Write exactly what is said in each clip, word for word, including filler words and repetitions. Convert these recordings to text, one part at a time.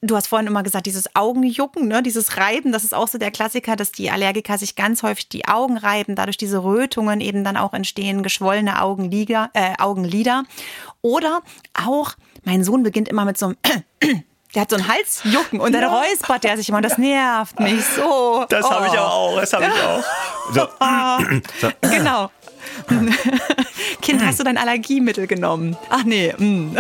du hast vorhin immer gesagt, dieses Augenjucken, ne, dieses Reiben, das ist auch so der Klassiker, dass die Allergiker sich ganz häufig die Augen reiben, dadurch diese Rötungen eben dann auch entstehen, geschwollene Augenlider, äh, Augenlider. Oder auch, mein Sohn beginnt immer mit so einem der hat so einen Halsjucken und dann ja. räuspert der sich immer und das nervt mich so. Das oh. habe ich auch, das habe ich auch. So. so. Genau. Kind, hast du dein Allergiemittel genommen? Ach nee. Mm.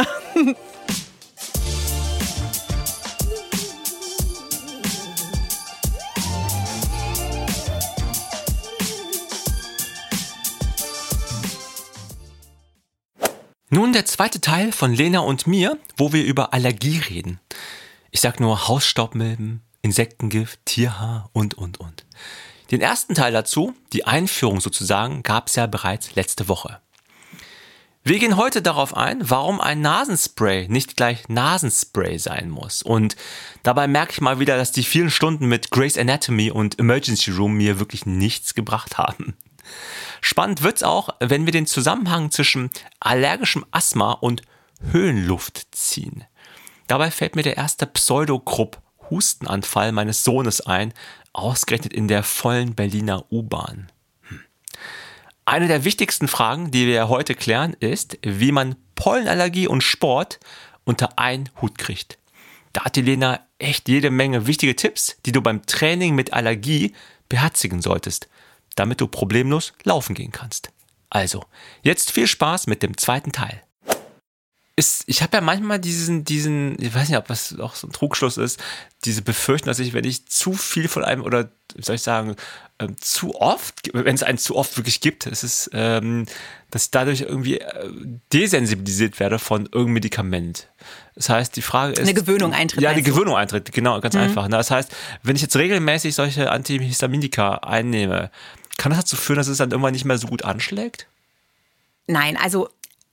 Nun der zweite Teil von Lena und mir, wo wir über Allergie reden. Ich sag nur Hausstaubmilben, Insektengift, Tierhaar und, und, und. Den ersten Teil dazu, die Einführung sozusagen, gab's ja bereits letzte Woche. Wir gehen heute darauf ein, warum ein Nasenspray nicht gleich Nasenspray sein muss. Und dabei merke ich mal wieder, dass die vielen Stunden mit Grey's Anatomy und Emergency Room mir wirklich nichts gebracht haben. Spannend wird's auch, wenn wir den Zusammenhang zwischen allergischem Asthma und Höhenluft ziehen. Dabei fällt mir der erste Pseudogrupp-Hustenanfall meines Sohnes ein, ausgerechnet in der vollen Berliner U-Bahn. Hm. Eine der wichtigsten Fragen, die wir heute klären, ist, wie man Pollenallergie und Sport unter einen Hut kriegt. Da hat die Lena echt jede Menge wichtige Tipps, die du beim Training mit Allergie beherzigen solltest, damit du problemlos laufen gehen kannst. Also, jetzt viel Spaß mit dem zweiten Teil. Ist, ich habe ja manchmal diesen, diesen, ich weiß nicht, ob das auch so ein Trugschluss ist, diese Befürchtung, dass ich, wenn ich zu viel von einem, oder wie soll ich sagen, ähm, zu oft, wenn es einen zu oft wirklich gibt, ist es, ähm, dass ich dadurch irgendwie äh, desensibilisiert werde von irgendeinem Medikament. Das heißt, die Frage ist... Eine Gewöhnung eintritt. Ja, eine Gewöhnung eintritt, genau, ganz mhm. einfach. Das heißt, wenn ich jetzt regelmäßig solche Antihistaminika einnehme, kann das dazu führen, dass es dann irgendwann nicht mehr so gut anschlägt? Nein, also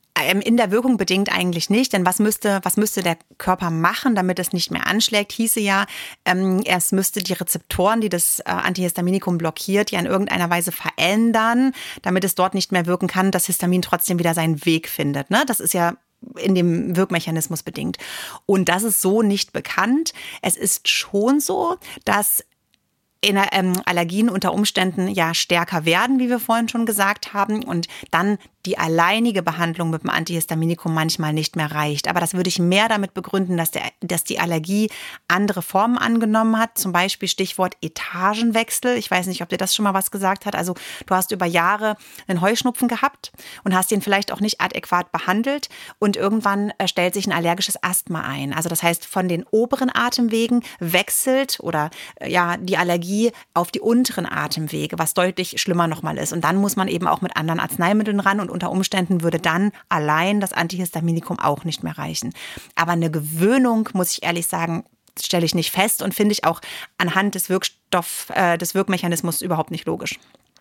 in der Wirkung bedingt eigentlich nicht, denn was müsste, was müsste der Körper machen, damit es nicht mehr anschlägt, hieße ja, ähm, es müsste die Rezeptoren, die das äh, Antihistaminikum blockiert, ja in irgendeiner Weise verändern, damit es dort nicht mehr wirken kann, dass Histamin trotzdem wieder seinen Weg findet. Ne? Das ist ja in dem Wirkmechanismus bedingt. Und das ist so nicht bekannt. Es ist schon so, dass in, ähm, Allergien unter Umständen ja stärker werden, wie wir vorhin schon gesagt haben, und dann die alleinige Behandlung mit dem Antihistaminikum manchmal nicht mehr reicht. Aber das würde ich mehr damit begründen, dass, der, dass die Allergie andere Formen angenommen hat. Zum Beispiel Stichwort Etagenwechsel. Ich weiß nicht, ob dir das schon mal was gesagt hat. Also du hast über Jahre einen Heuschnupfen gehabt und hast den vielleicht auch nicht adäquat behandelt. Und irgendwann stellt sich ein allergisches Asthma ein. Also das heißt, von den oberen Atemwegen wechselt oder ja die Allergie auf die unteren Atemwege, was deutlich schlimmer nochmal ist. Und dann muss man eben auch mit anderen Arzneimitteln ran und unter Umständen würde dann allein das Antihistaminikum auch nicht mehr reichen. Aber eine Gewöhnung, muss ich ehrlich sagen, stelle ich nicht fest und finde ich auch anhand des Wirkstoff, äh, des Wirkmechanismus überhaupt nicht logisch.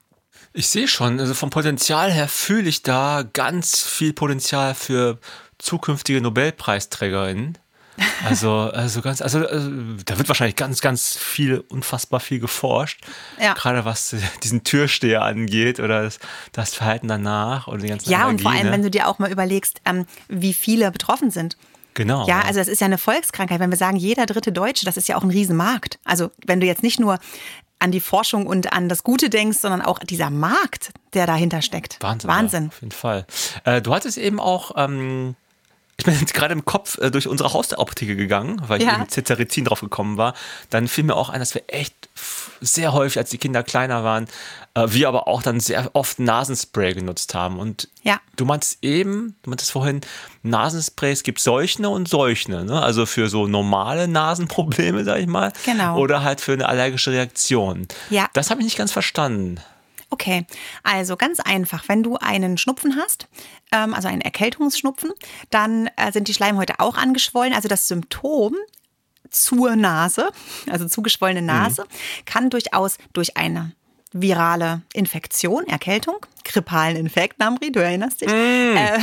Ich sehe schon, also vom Potenzial her fühle ich da ganz viel Potenzial für zukünftige Nobelpreisträgerinnen. Also, also ganz, also, also da wird wahrscheinlich ganz, ganz viel, unfassbar viel geforscht. Ja. Gerade was diesen Türsteher angeht oder das, das Verhalten danach oder die ganzen Ja, Allergien, und vor allem, ne? wenn du dir auch mal überlegst, ähm, wie viele betroffen sind. Genau. Ja, also das ist ja eine Volkskrankheit. Wenn wir sagen, jeder dritte Deutsche, das ist ja auch ein Riesenmarkt. Also wenn du jetzt nicht nur an die Forschung und an das Gute denkst, sondern auch dieser Markt, der dahinter steckt. Wahnsinn. Wahnsinn. Ja, auf jeden Fall. Äh, du hattest eben auch... Ähm Ich bin jetzt gerade im Kopf äh, durch unsere Hausapotheke gegangen, weil ich ja. mit Cesarizin drauf gekommen war. Dann fiel mir auch ein, dass wir echt sehr häufig, als die Kinder kleiner waren, äh, wir aber auch dann sehr oft Nasenspray genutzt haben. Und ja. du meintest eben, du meintest vorhin, Nasensprays gibt solche und solche, ne? Also für so normale Nasenprobleme, sag ich mal. Genau. Oder halt für eine allergische Reaktion. Ja. Das habe ich nicht ganz verstanden. Okay, also ganz einfach, wenn du einen Schnupfen hast, ähm, also einen Erkältungsschnupfen, dann äh, sind die Schleimhäute auch angeschwollen. Also das Symptom zur Nase, also zugeschwollene Nase, mhm. kann durchaus durch eine virale Infektion, Erkältung, grippalen Infekt, Namri, du erinnerst dich, mm. äh,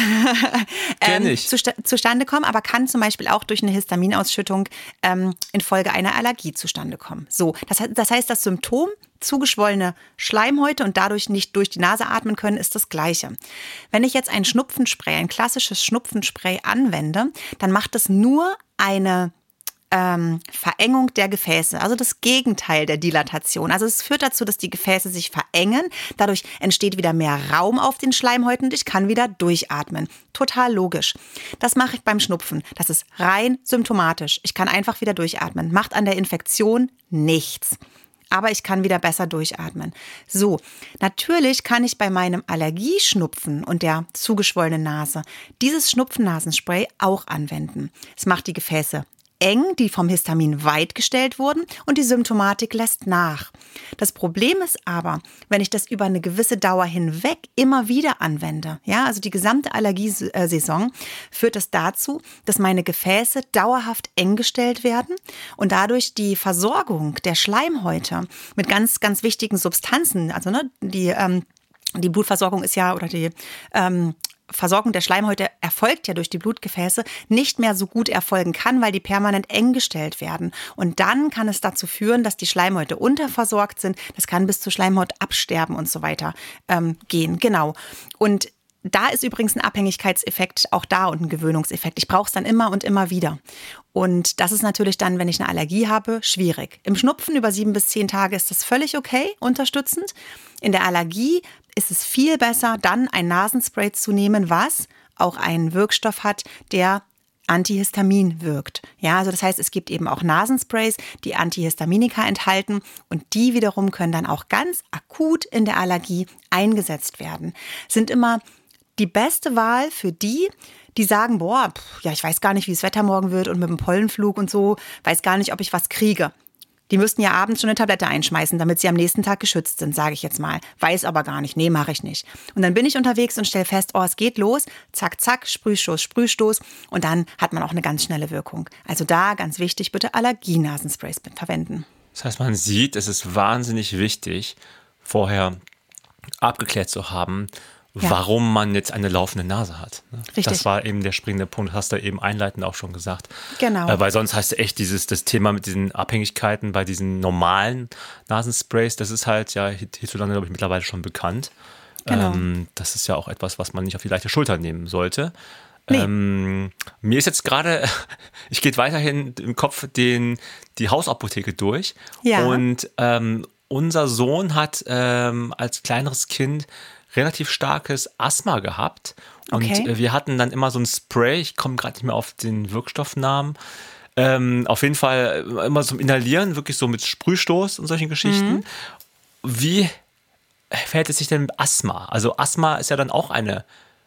Kenn ähm, ich. Zusta- zustande kommen, aber kann zum Beispiel auch durch eine Histaminausschüttung ähm, infolge einer Allergie zustande kommen. So, das, das heißt, das Symptom, zugeschwollene Schleimhäute und dadurch nicht durch die Nase atmen können, ist das Gleiche. Wenn ich jetzt ein Schnupfenspray, ein klassisches Schnupfenspray anwende, dann macht es nur eine ähm, Verengung der Gefäße, also das Gegenteil der Dilatation. Also es führt dazu, dass die Gefäße sich verengen. Dadurch entsteht wieder mehr Raum auf den Schleimhäuten und ich kann wieder durchatmen. Total logisch. Das mache ich beim Schnupfen. Das ist rein symptomatisch. Ich kann einfach wieder durchatmen. Macht an der Infektion nichts. Aber ich kann wieder besser durchatmen. So, natürlich kann ich bei meinem Allergieschnupfen und der zugeschwollenen Nase dieses Schnupfennasenspray auch anwenden. Es macht die Gefäße eng, die vom Histamin weit gestellt wurden und die Symptomatik lässt nach. Das Problem ist aber, wenn ich das über eine gewisse Dauer hinweg immer wieder anwende, ja, also die gesamte Allergiesaison, führt das dazu, dass meine Gefäße dauerhaft eng gestellt werden und dadurch die Versorgung der Schleimhäute mit ganz, ganz wichtigen Substanzen, also ne, die, ähm, die Blutversorgung ist ja, oder die ähm, Versorgung der Schleimhäute erfolgt ja durch die Blutgefäße, nicht mehr so gut erfolgen kann, weil die permanent eng gestellt werden. Und dann kann es dazu führen, dass die Schleimhäute unterversorgt sind. Das kann bis zu Schleimhautabsterben und so weiter ähm, gehen. Genau. Und da ist übrigens ein Abhängigkeitseffekt auch da und ein Gewöhnungseffekt. Ich brauche es dann immer und immer wieder. Und das ist natürlich dann, wenn ich eine Allergie habe, schwierig. Im Schnupfen über sieben bis zehn Tage ist das völlig okay, unterstützend. In der Allergie ist es viel besser, dann ein Nasenspray zu nehmen, was auch einen Wirkstoff hat, der Antihistamin wirkt. Ja, also das heißt, es gibt eben auch Nasensprays, die Antihistaminika enthalten und die wiederum können dann auch ganz akut in der Allergie eingesetzt werden. Sind immer die beste Wahl für die, die sagen, boah, pff, ja, ich weiß gar nicht, wie das Wetter morgen wird und mit dem Pollenflug und so, weiß gar nicht, ob ich was kriege. Die müssten ja abends schon eine Tablette einschmeißen, damit sie am nächsten Tag geschützt sind, sage ich jetzt mal. Weiß aber gar nicht, nee, mache ich nicht. Und dann bin ich unterwegs und stelle fest, oh, es geht los, zack, zack, Sprühstoß, Sprühstoß und dann hat man auch eine ganz schnelle Wirkung. Also da, ganz wichtig, bitte Allergienasensprays verwenden. Das heißt, man sieht, es ist wahnsinnig wichtig, vorher abgeklärt zu haben, ja, warum man jetzt eine laufende Nase hat. Richtig. Das war eben der springende Punkt, hast du eben einleitend auch schon gesagt. Genau. Äh, weil sonst heißt echt dieses, das Thema mit diesen Abhängigkeiten bei diesen normalen Nasensprays, das ist halt ja hierzulande, glaube ich, mittlerweile schon bekannt. Genau. Ähm, das ist ja auch etwas, was man nicht auf die leichte Schulter nehmen sollte. Nee. Ähm, mir ist jetzt gerade, ich gehe weiterhin im Kopf den, die Hausapotheke durch. Ja. Und ähm, unser Sohn hat ähm, als kleineres Kind relativ starkes Asthma gehabt und Okay. wir hatten dann immer so ein Spray, ich komme gerade nicht mehr auf den Wirkstoffnamen, ähm, auf jeden Fall immer zum Inhalieren, wirklich so mit Sprühstoß und solchen Geschichten. Mhm. Wie verhält es sich denn mit Asthma? Also Asthma ist ja dann auch eine,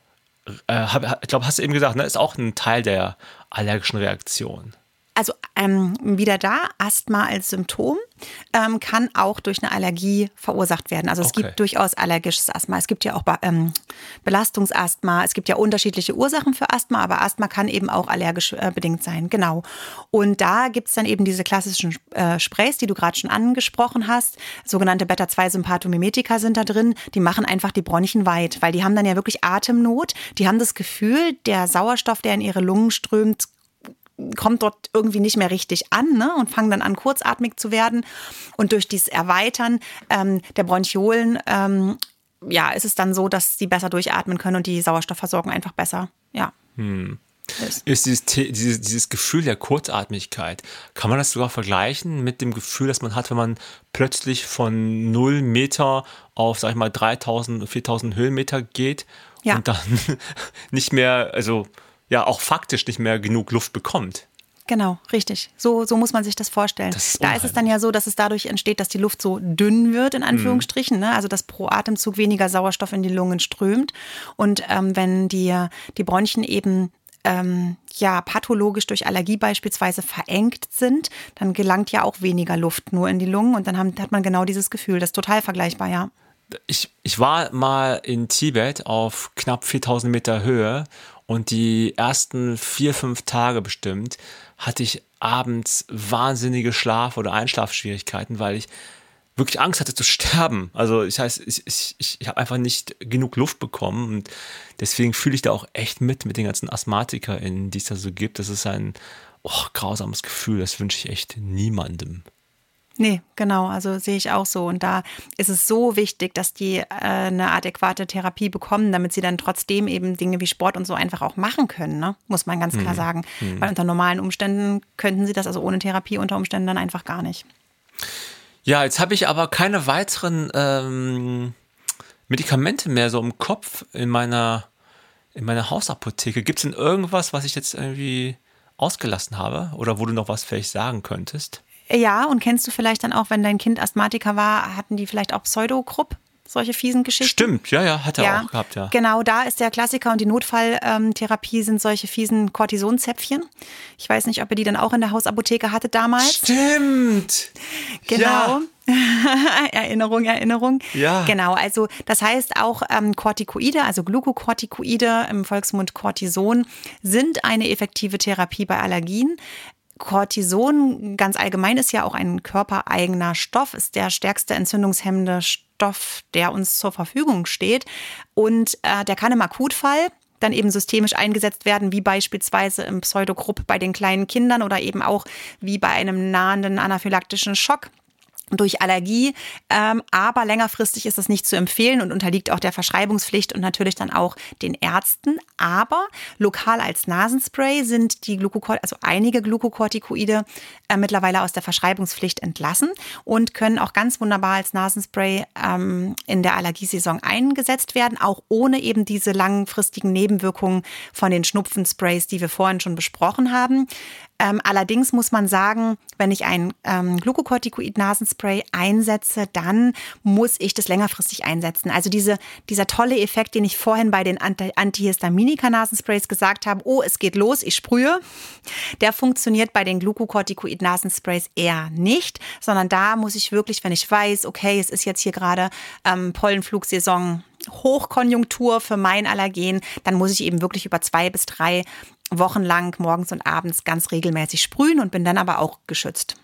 äh, ich glaube, hast du eben gesagt, ne, ist auch ein Teil der allergischen Reaktion. Also ähm, wieder da, Asthma als Symptom ähm, kann auch durch eine Allergie verursacht werden. Also es Okay. gibt durchaus allergisches Asthma. Es gibt ja auch ähm, Belastungsasthma. Es gibt ja unterschiedliche Ursachen für Asthma, aber Asthma kann eben auch allergisch äh, bedingt sein. Genau. Und da gibt es dann eben diese klassischen äh, Sprays, die du gerade schon angesprochen hast. Sogenannte Beta zwei Sympathomimetika sind da drin. Die machen einfach die Bronchien weit, weil die haben dann ja wirklich Atemnot. Die haben das Gefühl, der Sauerstoff, der in ihre Lungen strömt, kommt dort irgendwie nicht mehr richtig an, ne? Und fangen dann an, kurzatmig zu werden. Und durch dieses Erweitern ähm, der Bronchiolen ähm, ja, ist es dann so, dass sie besser durchatmen können und die Sauerstoffversorgung einfach besser, ja. Hm. Ist, ist dieses, dieses, dieses Gefühl der Kurzatmigkeit, kann man das sogar vergleichen mit dem Gefühl, das man hat, wenn man plötzlich von null Meter auf, sag ich mal, dreitausend, viertausend Höhenmeter geht, ja, und dann nicht mehr, also ja, auch faktisch nicht mehr genug Luft bekommt. Genau, richtig. So, so muss man sich das vorstellen. Das ist da ist es dann ja so, dass es dadurch entsteht, dass die Luft so dünn wird, in Anführungsstrichen, ne? Also dass pro Atemzug weniger Sauerstoff in die Lungen strömt. Und ähm, wenn die, die Bronchien eben ähm, ja, pathologisch durch Allergie beispielsweise verengt sind, dann gelangt ja auch weniger Luft nur in die Lungen und dann haben, hat man genau dieses Gefühl. Das ist total vergleichbar, ja. Ich, ich war mal in Tibet auf knapp viertausend Meter Höhe und die ersten vier, fünf Tage bestimmt hatte ich abends wahnsinnige Schlaf- oder Einschlafschwierigkeiten, weil ich wirklich Angst hatte zu sterben. Also das heißt, ich, ich, ich habe einfach nicht genug Luft bekommen und deswegen fühle ich da auch echt mit, mit den ganzen AsthmatikerInnen, die es da so gibt. Das ist ein oh, grausames Gefühl, das wünsche ich echt niemandem. Nee, genau, also sehe ich auch so. Und da ist es so wichtig, dass die äh, eine adäquate Therapie bekommen, damit sie dann trotzdem eben Dinge wie Sport und so einfach auch machen können, ne? Muss man ganz klar Hm. sagen. Hm. Weil unter normalen Umständen könnten sie das, also ohne Therapie unter Umständen dann einfach gar nicht. Ja, jetzt habe ich aber keine weiteren ähm, Medikamente mehr so im Kopf in meiner, in meiner Hausapotheke. Gibt es denn irgendwas, was ich jetzt irgendwie ausgelassen habe oder wo du noch was vielleicht sagen könntest? Ja, und kennst du vielleicht dann auch, wenn dein Kind Asthmatiker war, hatten die vielleicht auch Pseudokrupp? Solche fiesen Geschichten? Stimmt, ja, ja, hat er Ja, auch gehabt, ja. genau, da ist der Klassiker und die Notfalltherapie sind solche fiesen Cortisonzäpfchen. Ich weiß nicht, ob ihr die dann auch in der Hausapotheke hattet damals. Stimmt! Genau. Ja. Erinnerung, Erinnerung. Ja. Genau, also das heißt auch ähm, Corticoide, also Glukokortikoide, im Volksmund Cortison, sind eine effektive Therapie bei Allergien. Cortison ganz allgemein ist ja auch ein körpereigener Stoff, ist der stärkste entzündungshemmende Stoff, der uns zur Verfügung steht. Und äh, der kann im Akutfall dann eben systemisch eingesetzt werden, wie beispielsweise im Pseudogrupp bei den kleinen Kindern oder eben auch wie bei einem nahenden anaphylaktischen Schock durch Allergie, ähm, aber längerfristig ist das nicht zu empfehlen und unterliegt auch der Verschreibungspflicht und natürlich dann auch den Ärzten. Aber lokal als Nasenspray sind die Glukokort- also einige Glukokortikoide äh, mittlerweile aus der Verschreibungspflicht entlassen und können auch ganz wunderbar als Nasenspray ähm, in der Allergiesaison eingesetzt werden, auch ohne eben diese langfristigen Nebenwirkungen von den Schnupfensprays, die wir vorhin schon besprochen haben. Ähm, allerdings muss man sagen, wenn ich ein ähm, Glukokortikoid-Nasenspray einsetze, dann muss ich das längerfristig einsetzen. Also diese, dieser tolle Effekt, den ich vorhin bei den Antihistaminika-Nasensprays gesagt habe, oh, es geht los, ich sprühe, der funktioniert bei den Glukokortikoid-Nasensprays eher nicht, sondern da muss ich wirklich, wenn ich weiß, okay, es ist jetzt hier gerade ähm, Pollenflugsaison, Hochkonjunktur für mein Allergen, dann muss ich eben wirklich über zwei bis drei Wochen lang morgens und abends ganz regelmäßig sprühen und bin dann aber auch geschützt.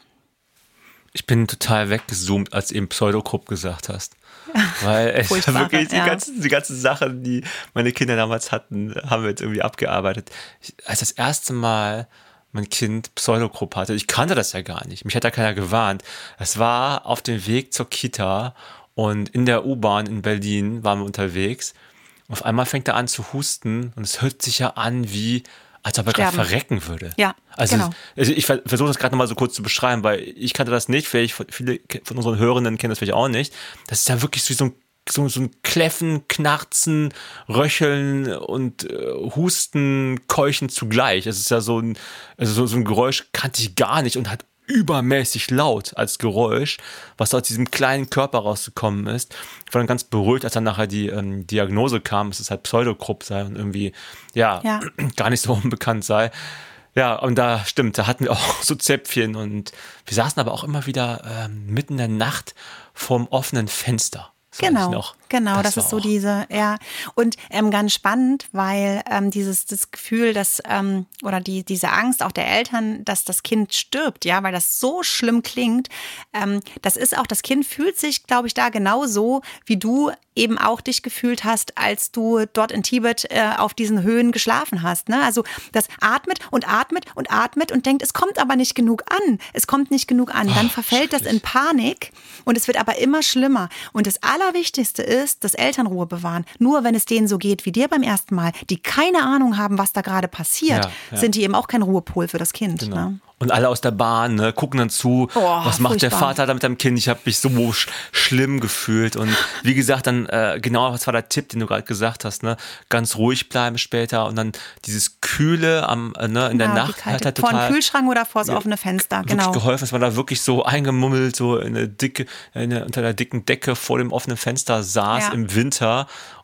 Ich bin total weggezoomt, als du eben Pseudokrupp gesagt hast. Weil es wirklich die, ja. ganzen, die ganzen Sachen, die meine Kinder damals hatten, haben wir jetzt irgendwie abgearbeitet. Ich, als das erste Mal mein Kind Pseudokrupp hatte, ich kannte das ja gar nicht, mich hat da keiner gewarnt. Es war auf dem Weg zur Kita und in der U-Bahn in Berlin waren wir unterwegs. Auf einmal fängt er an zu husten und es hört sich ja an wie, als ob er gerade verrecken würde. Ja, also, genau. Also ich versuche das gerade nochmal so kurz zu beschreiben, weil ich kannte das nicht, vielleicht viele von unseren Hörenden kennen das vielleicht auch nicht. Das ist ja wirklich so ein, so, so ein Kläffen, Knarzen, Röcheln und äh, Husten, Keuchen zugleich. Es ist ja so ein, also so, so ein Geräusch kannte ich gar nicht und hat übermäßig laut als Geräusch, was aus diesem kleinen Körper rausgekommen ist. Ich war dann ganz beruhigt, als dann nachher die ähm, Diagnose kam, dass es halt Pseudokrupp sei und irgendwie, ja, ja, gar nicht so unbekannt sei. Ja, und da stimmt, da hatten wir auch so Zäpfchen und wir saßen aber auch immer wieder ähm, mitten in der Nacht vorm offenen Fenster. Genau, noch. genau, das, das ist so diese, ja. Und ähm, ganz spannend, weil ähm, dieses das Gefühl, dass ähm, oder die diese Angst auch der Eltern, dass das Kind stirbt, ja, weil das so schlimm klingt. Ähm, das ist auch, das Kind fühlt sich, glaube ich, da genauso, wie du eben auch dich gefühlt hast, als du dort in Tibet äh, auf diesen Höhen geschlafen hast. Ne? Also das atmet und atmet und atmet und denkt, es kommt aber nicht genug an. Es kommt nicht genug an. Dann Ach, verfällt das in Panik und es wird aber immer schlimmer. Und das Allerwichtigste ist, dass Eltern Ruhe bewahren. Nur wenn es denen so geht wie dir beim ersten Mal, die keine Ahnung haben, was da gerade passiert, ja, ja. sind die eben auch kein Ruhepol für das Kind. Genau. Ne? Und alle aus der Bahn, ne, gucken dann zu, oh, was macht furchtbar. der Vater da mit dem Kind? Ich habe mich so sch- schlimm gefühlt. Und wie gesagt, dann äh, genau, was war der Tipp, den du gerade gesagt hast, ne? Ganz ruhig bleiben später und dann dieses Kühle am, äh, ne, in genau, der Nacht hat er total vor dem Kühlschrank oder vor das offene Fenster. Wirklich Genau. geholfen, dass man da wirklich so eingemummelt, so in eine dicke, in eine, unter der dicken Decke vor dem offenen Fenster saß Ja. im Winter.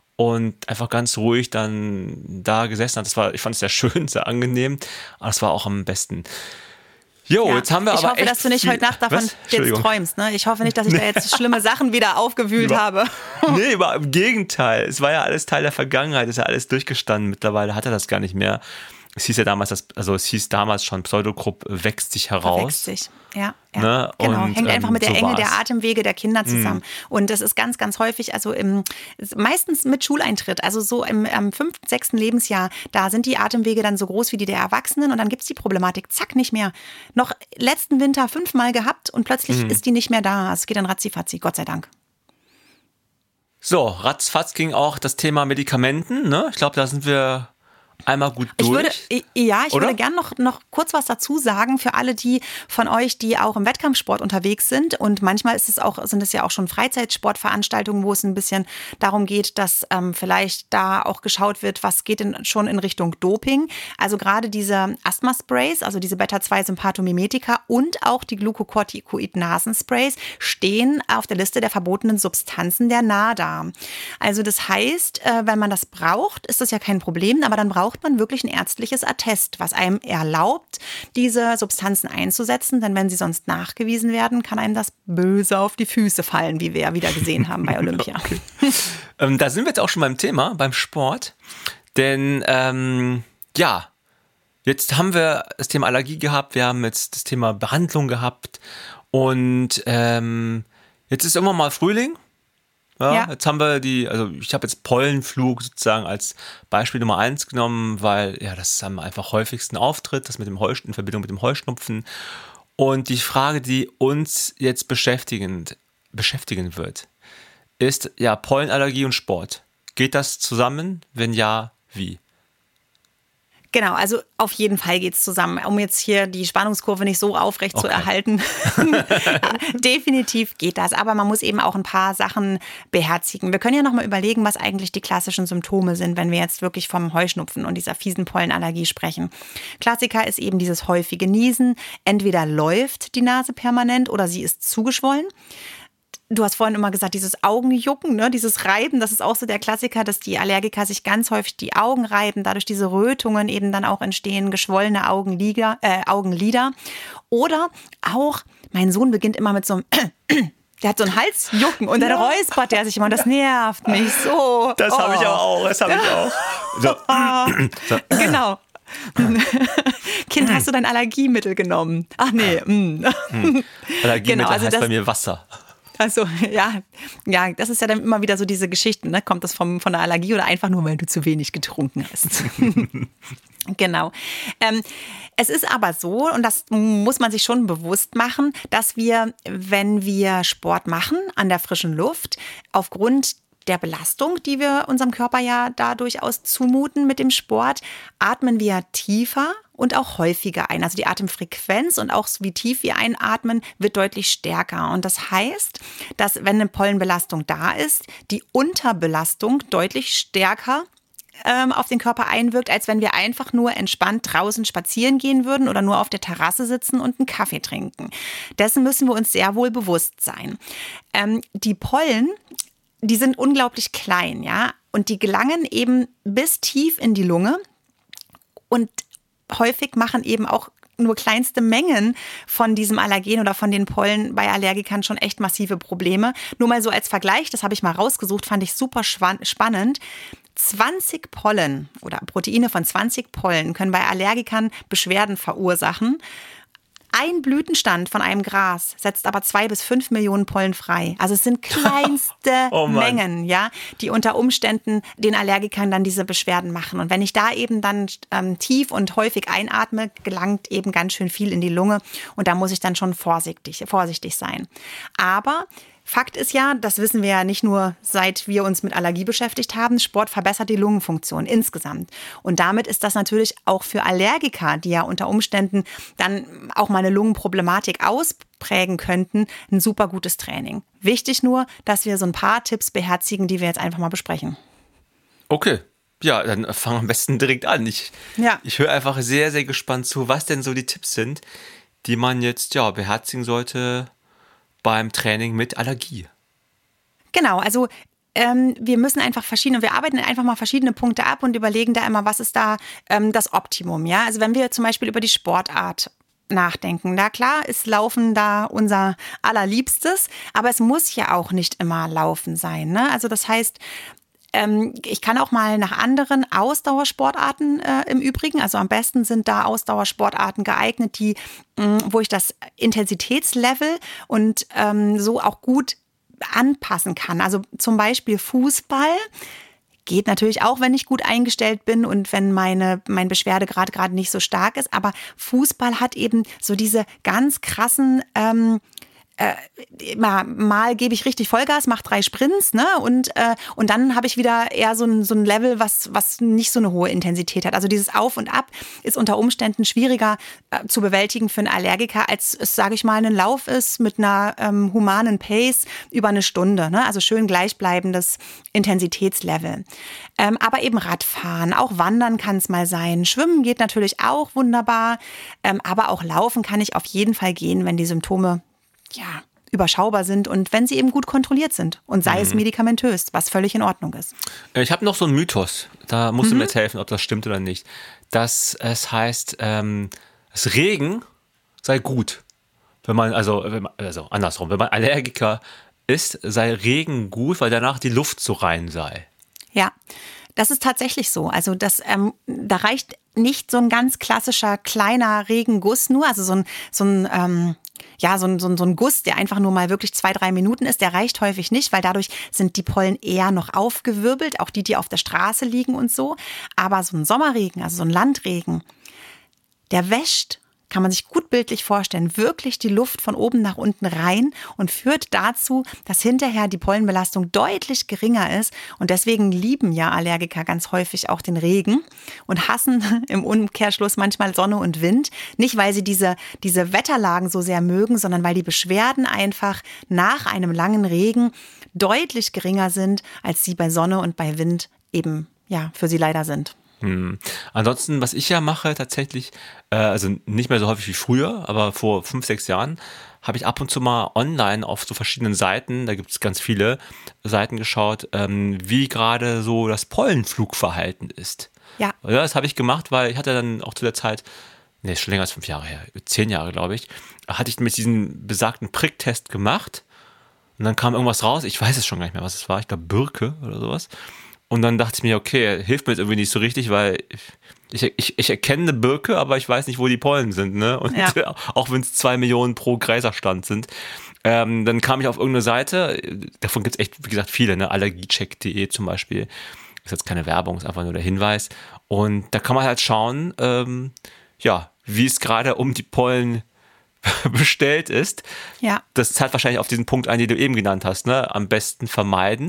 Und einfach ganz ruhig dann da gesessen hat. Das war, ich fand es sehr schön, sehr angenehm, aber es war auch am besten. Jo, Ja, jetzt haben wir ich aber hoffe, echt dass du nicht viel, heute Nacht davon was? jetzt träumst. Ne? Ich hoffe nicht, dass ich da jetzt schlimme Sachen wieder aufgewühlt Über- habe. Nee, aber im Gegenteil. Es war ja alles Teil der Vergangenheit, ist ja alles durchgestanden. Mittlerweile hat er das gar nicht mehr. Es hieß ja damals, dass, also es hieß damals schon, Pseudogrupp wächst sich heraus. Wächst sich, ja. ja. Ne? Genau, und, hängt einfach mit der ähm, so Enge war's. der Atemwege der Kinder zusammen. Mhm. Und das ist ganz, ganz häufig, also im, meistens mit Schuleintritt, also so im, im fünften, sechsten Lebensjahr, da sind die Atemwege dann so groß wie die der Erwachsenen und dann gibt es die Problematik, zack, nicht mehr. Noch letzten Winter fünfmal gehabt und plötzlich mhm. ist die nicht mehr da. Also es geht dann ratzifatzi, Gott sei Dank. So, ratzfatz ging auch das Thema Medikamenten, ne? Ich glaube, da sind wir einmal gut durch. Ich würde, ja, ich oder? würde gerne noch, noch kurz was dazu sagen für alle die von euch, die auch im Wettkampfsport unterwegs sind. Und manchmal ist es auch, sind es ja auch schon Freizeitsportveranstaltungen, wo es ein bisschen darum geht, dass ähm, vielleicht da auch geschaut wird, was geht denn schon in Richtung Doping. Also gerade diese Asthma-Sprays, also diese Beta zwei Sympathomimetika und auch die Glucocorticoid-Nasensprays stehen auf der Liste der verbotenen Substanzen der NADA. Also das heißt, wenn man das braucht, ist das ja kein Problem, aber dann braucht braucht man wirklich ein ärztliches Attest, was einem erlaubt, diese Substanzen einzusetzen. Denn wenn sie sonst nachgewiesen werden, kann einem das böse auf die Füße fallen, wie wir ja wieder gesehen haben bei Olympia. Okay. ähm, da sind wir jetzt auch schon beim Thema, beim Sport. Denn ähm, ja, jetzt haben wir das Thema Allergie gehabt, wir haben jetzt das Thema Behandlung gehabt und ähm, jetzt ist irgendwann mal Frühling. Ja, ja. Jetzt haben wir die, also ich habe jetzt Pollenflug sozusagen als Beispiel Nummer eins genommen, weil ja das am einfach häufigsten auftritt, das mit dem Heuschnupfen, in Verbindung mit dem Heuschnupfen. Und die Frage, die uns jetzt beschäftigend, beschäftigen wird, ist ja Pollenallergie und Sport. Geht das zusammen? Wenn ja, wie? Genau, also auf jeden Fall geht's zusammen, um jetzt hier die Spannungskurve nicht so aufrecht okay. zu erhalten. Definitiv geht das, aber man muss eben auch ein paar Sachen beherzigen. Wir können ja nochmal überlegen, was eigentlich die klassischen Symptome sind, wenn wir jetzt wirklich vom Heuschnupfen und dieser fiesen Pollenallergie sprechen. Klassiker ist eben dieses häufige Niesen. Entweder läuft die Nase permanent oder sie ist zugeschwollen. Du hast vorhin immer gesagt, dieses Augenjucken, ne, dieses Reiben, das ist auch so der Klassiker, dass die Allergiker sich ganz häufig die Augen reiben, dadurch diese Rötungen eben dann auch entstehen, geschwollene Augenlider, äh, Augenlider. Oder auch, mein Sohn beginnt immer mit so einem der hat so einen Halsjucken und dann ja. räuspert der sich immer und das nervt mich so. Das oh. habe ich auch, das habe ich auch. So. so. Genau. Kind, hast du dein Allergiemittel genommen? Ach nee. Mm. Hm. Allergiemittel genau, also heißt das, bei mir Wasser. Also ja, ja, das ist ja dann immer wieder so diese Geschichten, ne? Kommt das vom, von der Allergie oder einfach nur, weil du zu wenig getrunken hast? Genau. Ähm, es ist aber so, und das muss man sich schon bewusst machen, dass wir, wenn wir Sport machen an der frischen Luft, aufgrund der Belastung, die wir unserem Körper ja da durchaus zumuten mit dem Sport, atmen wir tiefer und auch häufiger ein. Also die Atemfrequenz und auch wie tief wir einatmen, wird deutlich stärker. Und das heißt, dass wenn eine Pollenbelastung da ist, die Unterbelastung deutlich stärker ähm, auf den Körper einwirkt, als wenn wir einfach nur entspannt draußen spazieren gehen würden oder nur auf der Terrasse sitzen und einen Kaffee trinken. Dessen müssen wir uns sehr wohl bewusst sein. Ähm, die Pollen, die sind unglaublich klein, ja, und die gelangen eben bis tief in die Lunge und häufig machen eben auch nur kleinste Mengen von diesem Allergen oder von den Pollen bei Allergikern schon echt massive Probleme. Nur mal so als Vergleich, das habe ich mal rausgesucht, fand ich super spannend. zwanzig Pollen oder Proteine von zwanzig Pollen können bei Allergikern Beschwerden verursachen. Ein Blütenstand von einem Gras setzt aber zwei bis fünf Millionen Pollen frei. Also es sind kleinste oh Mengen, ja, die unter Umständen den Allergikern dann diese Beschwerden machen. Und wenn ich da eben dann ähm, tief und häufig einatme, gelangt eben ganz schön viel in die Lunge. Und da muss ich dann schon vorsichtig, vorsichtig sein. Aber Fakt ist ja, das wissen wir ja nicht nur, seit wir uns mit Allergie beschäftigt haben, Sport verbessert die Lungenfunktion insgesamt. Und damit ist das natürlich auch für Allergiker, die ja unter Umständen dann auch mal eine Lungenproblematik ausprägen könnten, ein super gutes Training. Wichtig nur, dass wir so ein paar Tipps beherzigen, die wir jetzt einfach mal besprechen. Okay. Ja, dann fangen wir am besten direkt an. Ich, ja. ich höre einfach sehr, sehr gespannt zu, was denn so die Tipps sind, die man jetzt ja beherzigen sollte beim Training mit Allergie. Genau, also ähm, wir müssen einfach verschiedene, wir arbeiten einfach mal verschiedene Punkte ab und überlegen da immer, was ist da ähm, das Optimum, ja? Also wenn wir zum Beispiel über die Sportart nachdenken. Na klar ist Laufen da unser allerliebstes, aber es muss ja auch nicht immer Laufen sein. Ne? Also das heißt, ähm, ich kann auch mal nach anderen Ausdauersportarten äh, im Übrigen, also am besten sind da Ausdauersportarten geeignet, die, mh, wo ich das Intensitätslevel und ähm, so auch gut anpassen kann. Also zum Beispiel Fußball. Geht natürlich auch, wenn ich gut eingestellt bin und wenn meine mein Beschwerdegrad gerade nicht so stark ist. Aber Fußball hat eben so diese ganz krassen ähm, äh, mal, mal gebe ich richtig Vollgas, mache drei Sprints, ne? Und, äh, und dann habe ich wieder eher so ein, so ein Level, was, was nicht so eine hohe Intensität hat. Also dieses Auf und Ab ist unter Umständen schwieriger äh, zu bewältigen für einen Allergiker, als es, sage ich mal, ein Lauf ist mit einer ähm, humanen Pace über eine Stunde. Ne? Also schön gleichbleibendes Intensitätslevel. Ähm, aber eben Radfahren, auch Wandern kann es mal sein. Schwimmen geht natürlich auch wunderbar, ähm, aber auch Laufen kann ich auf jeden Fall gehen, wenn die Symptome ja, überschaubar sind und wenn sie eben gut kontrolliert sind und sei mhm. es medikamentös, was völlig in Ordnung ist. Ich habe noch so einen Mythos, da musst mhm. du mir jetzt helfen, ob das stimmt oder nicht, dass es heißt, ähm, das Regen sei gut, wenn man, also, wenn man, also andersrum, wenn man Allergiker ist, sei Regen gut, weil danach die Luft so rein sei. Ja, das ist tatsächlich so. Also das, ähm, da reicht nicht so ein ganz klassischer kleiner Regenguss nur, also so ein, so ein ähm, ja, so ein, so, ein, so ein Guss, der einfach nur mal wirklich zwei, drei Minuten ist, der reicht häufig nicht, weil dadurch sind die Pollen eher noch aufgewirbelt, auch die, die auf der Straße liegen und so. Aber so ein Sommerregen, also so ein Landregen, der wäscht, kann man sich gut bildlich vorstellen, wirklich die Luft von oben nach unten rein und führt dazu, dass hinterher die Pollenbelastung deutlich geringer ist. Und deswegen lieben ja Allergiker ganz häufig auch den Regen und hassen im Umkehrschluss manchmal Sonne und Wind. Nicht, weil sie diese, diese Wetterlagen so sehr mögen, sondern weil die Beschwerden einfach nach einem langen Regen deutlich geringer sind, als sie bei Sonne und bei Wind eben ja für sie leider sind. Hm. Ansonsten, was ich ja mache tatsächlich, äh, also nicht mehr so häufig wie früher, aber vor fünf, sechs Jahren habe ich ab und zu mal online auf so verschiedenen Seiten, da gibt es ganz viele Seiten geschaut, ähm, wie gerade so das Pollenflugverhalten ist. Ja. Ja, das habe ich gemacht, weil ich hatte dann auch zu der Zeit, nee, ist schon länger als fünf Jahre her, zehn Jahre glaube ich, hatte ich mit diesem besagten Pricktest gemacht und dann kam irgendwas raus, ich weiß es schon gar nicht mehr, was es war, ich glaube Birke oder sowas. Und dann dachte ich mir, okay, hilft mir jetzt irgendwie nicht so richtig, weil ich, ich, ich erkenne eine Birke, aber ich weiß nicht, wo die Pollen sind, ne? Und ja. auch wenn es zwei Millionen pro Gräserstand sind. Ähm, dann kam ich auf irgendeine Seite, davon gibt es echt, wie gesagt, viele, ne? allergiecheck punkt de zum Beispiel. Ist jetzt keine Werbung, ist einfach nur der Hinweis. Und da kann man halt schauen, ähm, ja, wie es gerade um die Pollen bestellt ist. Ja. Das zahlt wahrscheinlich auf diesen Punkt ein, den du eben genannt hast, ne? Am besten vermeiden.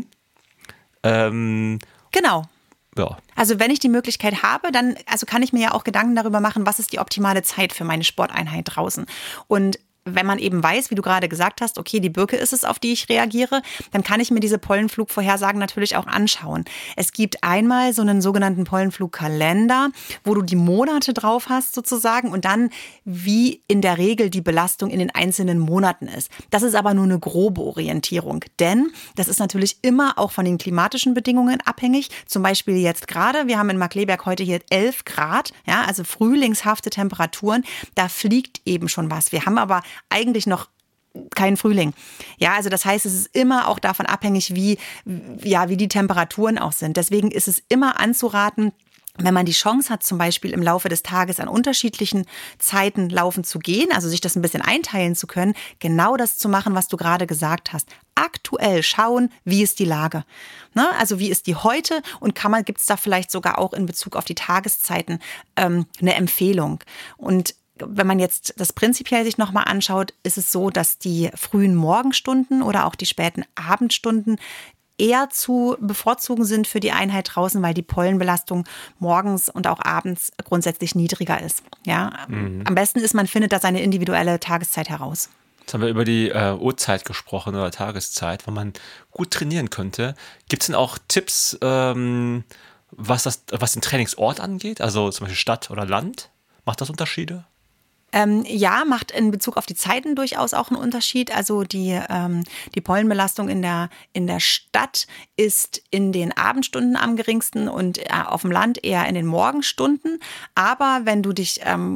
Ähm, genau. Ja. Also wenn ich die Möglichkeit habe, dann also kann ich mir ja auch Gedanken darüber machen, was ist die optimale Zeit für meine Sporteinheit draußen. Und wenn man eben weiß, wie du gerade gesagt hast, okay, die Birke ist es, auf die ich reagiere, dann kann ich mir diese Pollenflugvorhersagen natürlich auch anschauen. Es gibt einmal so einen sogenannten Pollenflugkalender, wo du die Monate drauf hast sozusagen und dann, wie in der Regel die Belastung in den einzelnen Monaten ist. Das ist aber nur eine grobe Orientierung, denn das ist natürlich immer auch von den klimatischen Bedingungen abhängig. Zum Beispiel jetzt gerade, wir haben in Markkleeberg heute hier elf Grad, ja, also frühlingshafte Temperaturen, da fliegt eben schon was. Wir haben aber eigentlich noch keinen Frühling. Ja, also das heißt, es ist immer auch davon abhängig, wie, ja, wie die Temperaturen auch sind. Deswegen ist es immer anzuraten, wenn man die Chance hat, zum Beispiel im Laufe des Tages an unterschiedlichen Zeiten laufen zu gehen, also sich das ein bisschen einteilen zu können, genau das zu machen, was du gerade gesagt hast. Aktuell schauen, wie ist die Lage. Ne? Also wie ist die heute und kann man, gibt es da vielleicht sogar auch in Bezug auf die Tageszeiten ähm, eine Empfehlung. Und wenn man jetzt das prinzipiell sich nochmal anschaut, ist es so, dass die frühen Morgenstunden oder auch die späten Abendstunden eher zu bevorzugen sind für die Einheit draußen, weil die Pollenbelastung morgens und auch abends grundsätzlich niedriger ist. Ja? Mhm. Am besten ist, man findet da seine individuelle Tageszeit heraus. Jetzt haben wir über die äh, Uhrzeit gesprochen oder Tageszeit, wo man gut trainieren könnte. Gibt es denn auch Tipps, ähm, was, das, was den Trainingsort angeht? Also zum Beispiel Stadt oder Land? Macht das Unterschiede? Ähm, ja, macht in Bezug auf die Zeiten durchaus auch einen Unterschied. Also die, ähm, die Pollenbelastung in der, in der Stadt ist in den Abendstunden am geringsten und äh, auf dem Land eher in den Morgenstunden. Aber wenn du dich ähm,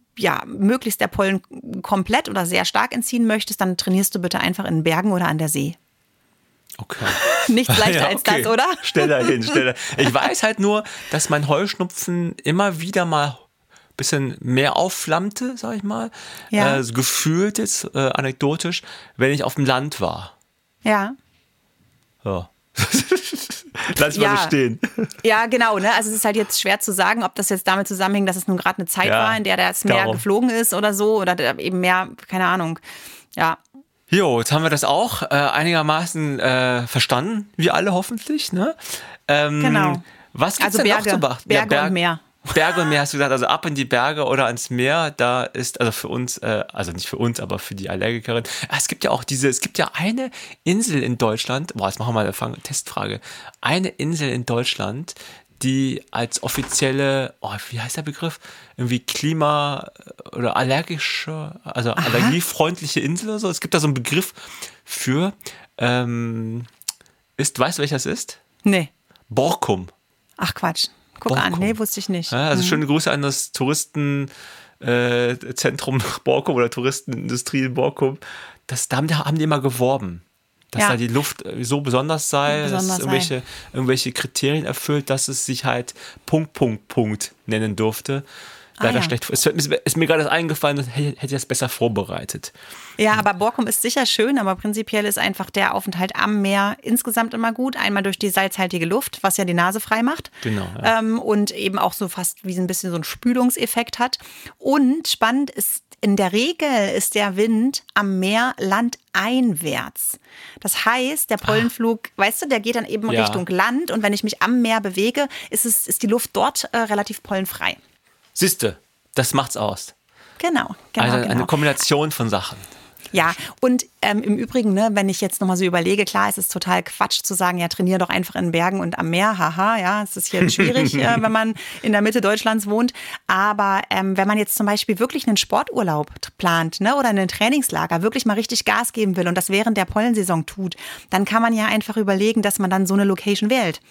ja, möglichst der Pollen komplett oder sehr stark entziehen möchtest, dann trainierst du bitte einfach in Bergen oder an der See. Okay. Nichts leichter Ja, als okay. das, oder? Schneller hin, schneller. Ich weiß halt nur, dass mein Heuschnupfen immer wieder mal ein bisschen mehr aufflammte, sag ich mal. Ja. Äh, so gefühlt jetzt, äh, anekdotisch, wenn ich auf dem Land war. Ja. Ja. Lass Ja. mal so stehen. Ja, genau. Ne? Also es ist halt jetzt schwer zu sagen, ob das jetzt damit zusammenhängt, dass es nun gerade eine Zeit Ja, war, in der das Meer darum. geflogen ist oder so oder eben mehr, keine Ahnung. Ja. Jo, jetzt haben wir das auch äh, einigermaßen äh, verstanden, wir alle hoffentlich. Ne? Ähm, Genau. Was gibt's Also denn Berge, noch zu beachten? Berge Berg- und Meer. Berge und Meer hast du gesagt, also ab in die Berge oder ans Meer, da ist, also für uns, äh, also nicht für uns, aber für die Allergikerin, ah, es gibt ja auch diese, es gibt ja eine Insel in Deutschland, boah, jetzt machen wir mal eine Testfrage, eine Insel in Deutschland, die als offizielle, oh, wie heißt der Begriff, irgendwie Klima- oder allergische, also Aha. allergiefreundliche Insel oder so, es gibt da so einen Begriff für, ähm, ist, weißt du, welcher es ist? Nee. Borkum. Ach Quatsch. Guck Borkum. an. Nee, wusste ich nicht. Ja, also schöne Grüße an das Touristenzentrum äh, Borkum oder Touristenindustrie in Borkum. Das, da haben die, haben die immer geworben, dass Ja. da die Luft so besonders sei, Besonders dass es irgendwelche, irgendwelche Kriterien erfüllt, dass es sich halt Punkt, Punkt, Punkt nennen durfte. Leider ja. schlecht. Es ist mir, ist mir gerade das eingefallen, das hätte hätte ich das besser vorbereitet. Ja, aber Borkum ist sicher schön, aber prinzipiell ist einfach der Aufenthalt am Meer insgesamt immer gut. Einmal durch die salzhaltige Luft, was ja die Nase frei macht. Genau, ja. Ähm, und eben auch so fast wie so ein bisschen so einen Spülungseffekt hat. Und spannend ist, in der Regel ist der Wind am Meer landeinwärts. Das heißt, der Pollenflug, weißt du, der geht dann eben Ja. Richtung Land. Und wenn ich mich am Meer bewege, ist, es, ist die Luft dort äh, relativ pollenfrei. Siehste, das macht's aus. Genau, genau, Also genau. eine Kombination von Sachen. Ja, und ähm, im Übrigen, ne, wenn ich jetzt nochmal so überlege, klar, es ist total Quatsch zu sagen, ja, trainiere doch einfach in Bergen und am Meer, haha, ja, es ist hier schwierig, äh, wenn man in der Mitte Deutschlands wohnt, aber ähm, wenn man jetzt zum Beispiel wirklich einen Sporturlaub plant, ne, oder einen Trainingslager, wirklich mal richtig Gas geben will und das während der Pollensaison tut, dann kann man ja einfach überlegen, dass man dann so eine Location wählt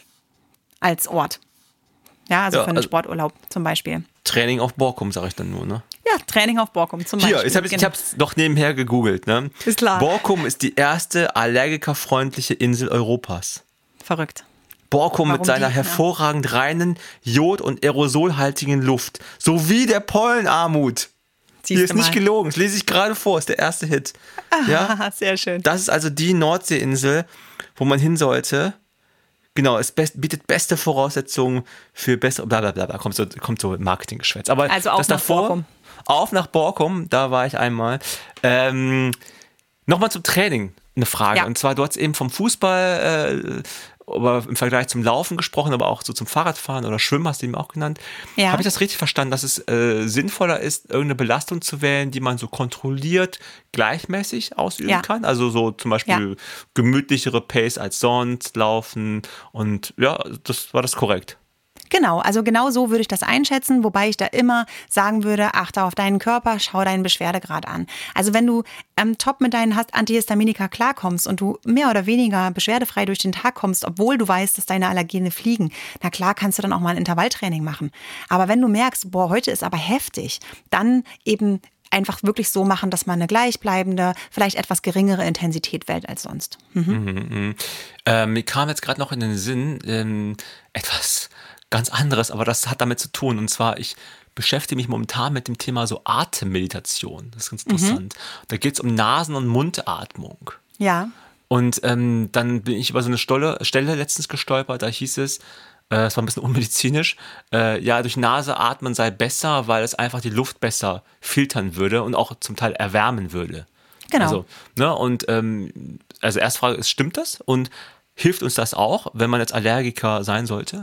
als Ort. Ja, also Ja, für einen also- Sporturlaub zum Beispiel. Training auf Borkum, sage ich dann nur, ne? Ja, Training auf Borkum zum Beispiel. Hier, jetzt hab ich, ich Genau. habe es doch nebenher gegoogelt. Ne? Ist klar. Borkum ist die erste allergikerfreundliche Insel Europas. Verrückt. Borkum Warum mit seiner die? hervorragend reinen, jod- und aerosolhaltigen Luft sowie der Pollenarmut. Hier Siehst ist du nicht mal. gelogen, das lese ich gerade vor, ist der erste Hit. Ja? Ah, sehr schön. Das ist also die Nordseeinsel, wo man hin sollte. Genau, es best, bietet beste Voraussetzungen für bessere, bla bla bla, bla. Kommt so, kommt so Marketinggeschwätz. Aber Also auf das nach davor, Borkum. auf nach Borkum, da war ich einmal. Ähm, Nochmal zum Training eine Frage. Ja. Und zwar, du hast eben vom Fußball, äh, aber im Vergleich zum Laufen gesprochen, aber auch so zum Fahrradfahren oder Schwimmen hast du eben auch genannt. Ja. Habe ich das richtig verstanden, dass es äh, sinnvoller ist, irgendeine Belastung zu wählen, die man so kontrolliert gleichmäßig ausüben Ja. kann? Also so zum Beispiel gemütlichere Pace als sonst, Laufen und ja, das war das korrekt. Genau, also genau so würde ich das einschätzen, wobei ich da immer sagen würde, achte auf deinen Körper, schau deinen Beschwerdegrad an. Also wenn du ähm, top mit deinen Hast- Antihistaminika klarkommst und du mehr oder weniger beschwerdefrei durch den Tag kommst, obwohl du weißt, dass deine Allergene fliegen, na klar kannst du dann auch mal ein Intervalltraining machen. Aber wenn du merkst, boah, heute ist aber heftig, dann eben einfach wirklich so machen, dass man eine gleichbleibende, vielleicht etwas geringere Intensität wählt als sonst. Mhm. Ähm, mir kam jetzt gerade noch in den Sinn ähm, etwas ganz anderes, aber das hat damit zu tun. Und zwar, ich beschäftige mich momentan mit dem Thema so Atemmeditation. Das ist ganz interessant. Da geht es um Nasen- und Mundatmung. Ja. Und ähm, dann bin ich über so eine Stolle, Stelle letztens gestolpert, da hieß es, äh, es war ein bisschen unmedizinisch, äh, ja, durch Nase atmen sei besser, weil es einfach die Luft besser filtern würde und auch zum Teil erwärmen würde. Genau. Also, ne, und ähm, also erste Frage ist, stimmt das? Und hilft uns das auch, wenn man jetzt Allergiker sein sollte?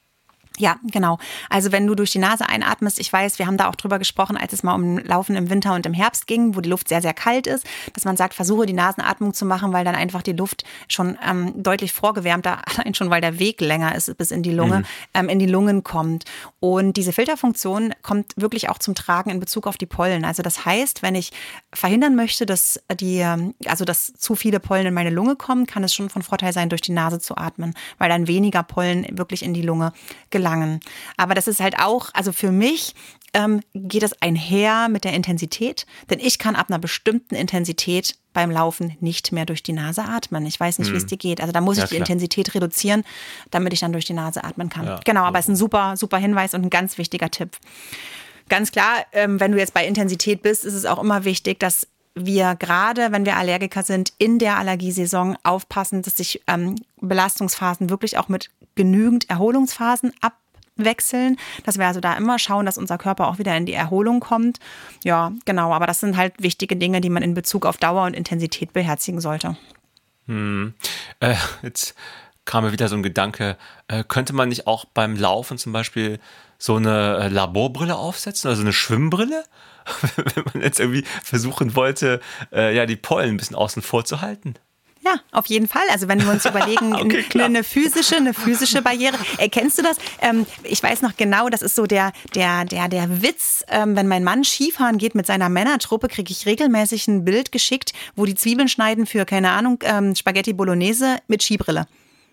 Ja, genau. Also wenn du durch die Nase einatmest, ich weiß, wir haben da auch drüber gesprochen, als es mal um Laufen im Winter und im Herbst ging, wo die Luft sehr, sehr kalt ist, dass man sagt, versuche die Nasenatmung zu machen, weil dann einfach die Luft schon ähm, deutlich vorgewärmter, allein schon, weil der Weg länger ist bis in die Lunge, mhm. ähm, in die Lungen kommt. Und diese Filterfunktion kommt wirklich auch zum Tragen in Bezug auf die Pollen. Also das heißt, wenn ich verhindern möchte, dass die, also dass zu viele Pollen in meine Lunge kommen, kann es schon von Vorteil sein, durch die Nase zu atmen, weil dann weniger Pollen wirklich in die Lunge gelangen. Aber das ist halt auch, also für mich ähm, geht es einher mit der Intensität, denn ich kann ab einer bestimmten Intensität beim Laufen nicht mehr durch die Nase atmen. Ich weiß nicht, hm. wie es dir geht. Also da muss ich ja, die klar. Intensität reduzieren, damit ich dann durch die Nase atmen kann. Ja, genau, aber es ist ein super, super Hinweis und ein ganz wichtiger Tipp. Ganz klar, ähm, wenn du jetzt bei Intensität bist, ist es auch immer wichtig, dass wir gerade, wenn wir Allergiker sind, in der Allergiesaison aufpassen, dass sich ähm, Belastungsphasen wirklich auch mit genügend Erholungsphasen abwechseln. Dass wir also da immer schauen, dass unser Körper auch wieder in die Erholung kommt. Ja, genau. Aber das sind halt wichtige Dinge, die man in Bezug auf Dauer und Intensität beherzigen sollte. Hm. Äh, jetzt kam mir wieder so ein Gedanke. Äh, könnte man nicht auch beim Laufen zum Beispiel so eine Laborbrille aufsetzen, also eine Schwimmbrille? Wenn man jetzt irgendwie versuchen wollte, äh, ja, die Pollen ein bisschen außen vor zu halten. Ja, auf jeden Fall. Also wenn wir uns überlegen, okay, eine, eine physische, eine physische Barriere. Äh, kennst du das? Ähm, ich weiß noch genau, das ist so der, der, der, der Witz. Ähm, wenn mein Mann Skifahren geht mit seiner Männertruppe, kriege ich regelmäßig ein Bild geschickt, wo die Zwiebeln schneiden für, keine Ahnung, ähm, Spaghetti Bolognese mit Skibrille.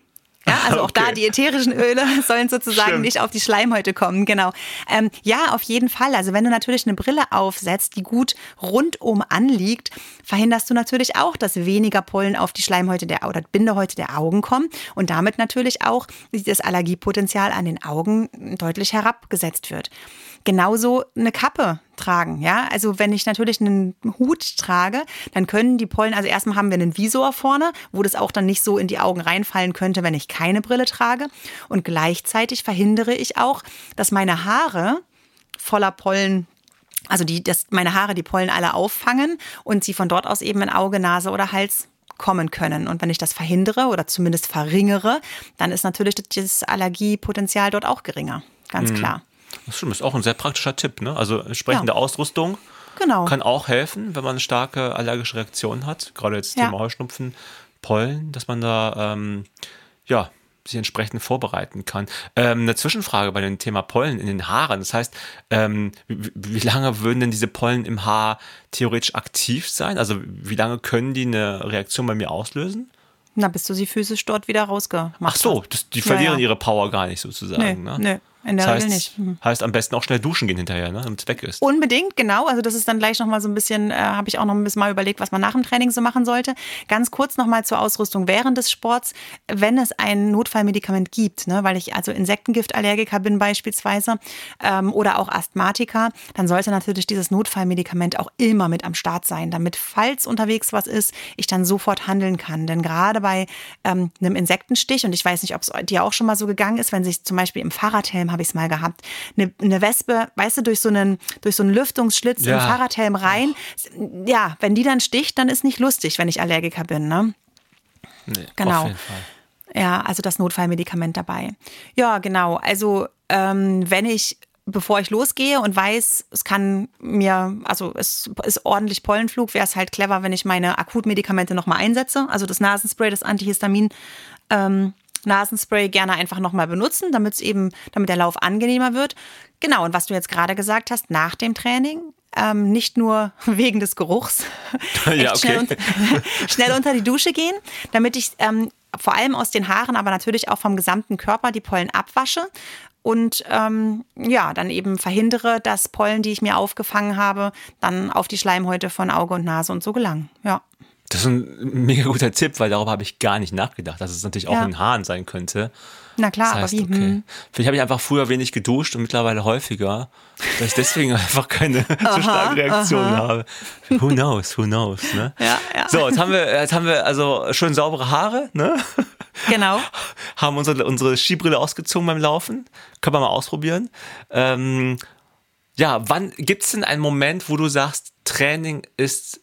Ja, also auch okay. da, die ätherischen Öle sollen sozusagen Stimmt. nicht auf die Schleimhäute kommen, genau. Ähm, ja, auf jeden Fall. Also wenn du natürlich eine Brille aufsetzt, die gut rundum anliegt, verhinderst du natürlich auch, dass weniger Pollen auf die Schleimhäute der oder Bindehäute der Augen kommen und damit natürlich auch das Allergiepotenzial an den Augen deutlich herabgesetzt wird. Genauso eine Kappe tragen, ja. Also wenn ich natürlich einen Hut trage, dann können die Pollen, also erstmal haben wir einen Visor vorne, wo das auch dann nicht so in die Augen reinfallen könnte, wenn ich keine Brille trage. Und gleichzeitig verhindere ich auch, dass meine Haare voller Pollen, also die, dass meine Haare die Pollen alle auffangen und sie von dort aus eben in Auge, Nase oder Hals kommen können. Und wenn ich das verhindere oder zumindest verringere, dann ist natürlich das Allergiepotenzial dort auch geringer, ganz mhm. klar. Das stimmt, ist auch ein sehr praktischer Tipp, ne? Also entsprechende ja. Ausrüstung genau. kann auch helfen, wenn man eine starke allergische Reaktion hat. Gerade jetzt ja. Thema Heuschnupfen, Pollen, dass man da ähm, ja, sich entsprechend vorbereiten kann. Ähm, eine Zwischenfrage bei dem Thema Pollen in den Haaren. Das heißt, ähm, wie, wie lange würden denn diese Pollen im Haar theoretisch aktiv sein? Also wie lange können die eine Reaktion bei mir auslösen? Na, bis du sie physisch dort wieder rausgemacht hast. Ach so, das, die verlieren ja, ja. ihre Power gar nicht sozusagen. Nee, ne? nee. In der das Regel heißt, nicht. Mhm. Heißt am besten auch schnell duschen gehen hinterher, ne, damit es weg ist. Unbedingt, genau. Also das ist dann gleich nochmal so ein bisschen, äh, habe ich auch noch ein bisschen mal überlegt, was man nach dem Training so machen sollte. Ganz kurz nochmal zur Ausrüstung während des Sports, wenn es ein Notfallmedikament gibt, ne, weil ich also Insektengiftallergiker bin beispielsweise ähm, oder auch Asthmatiker, dann sollte natürlich dieses Notfallmedikament auch immer mit am Start sein, damit, falls unterwegs was ist, ich dann sofort handeln kann. Denn gerade bei ähm, einem Insektenstich, und ich weiß nicht, ob es dir auch schon mal so gegangen ist, wenn sich zum Beispiel im Fahrradhelm, habe ich es mal gehabt, Eine, eine Wespe, weißt du, durch so einen, durch so einen Lüftungsschlitz ja. im Fahrradhelm rein. Ja, wenn die dann sticht, dann ist nicht lustig, wenn ich Allergiker bin, ne? Nee, genau. Auf jeden Fall. Ja, also das Notfallmedikament dabei. Ja, genau. Also ähm, wenn ich, bevor ich losgehe und weiß, es kann mir, also es ist ordentlich Pollenflug, wäre es halt clever, wenn ich meine Akutmedikamente nochmal einsetze. Also das Nasenspray, das Antihistamin, ähm, Nasenspray gerne einfach nochmal benutzen, damit es eben, damit der Lauf angenehmer wird. Genau, und was du jetzt gerade gesagt hast, nach dem Training, ähm, nicht nur wegen des Geruchs, ja, okay. schnell, unter, schnell unter die Dusche gehen, damit ich ähm, vor allem aus den Haaren, aber natürlich auch vom gesamten Körper die Pollen abwasche und ähm, ja, dann eben verhindere, dass Pollen, die ich mir aufgefangen habe, dann auf die Schleimhäute von Auge und Nase und so gelangen. Ja. Das ist ein mega guter Tipp, weil darüber habe ich gar nicht nachgedacht, dass es natürlich auch ja. in den Haaren sein könnte. Na klar, das heißt, aber wie? Okay. Hm. Vielleicht habe ich einfach früher wenig geduscht und mittlerweile häufiger, dass ich deswegen einfach keine aha, so starke Reaktion aha. habe. Who knows, who knows, ne? Ja, ja. So, jetzt haben wir, jetzt haben wir also schön saubere Haare, ne? Genau. Haben unsere, unsere Skibrille ausgezogen beim Laufen. Können wir mal ausprobieren. Ähm, ja, wann gibt es denn einen Moment, wo du sagst, Training ist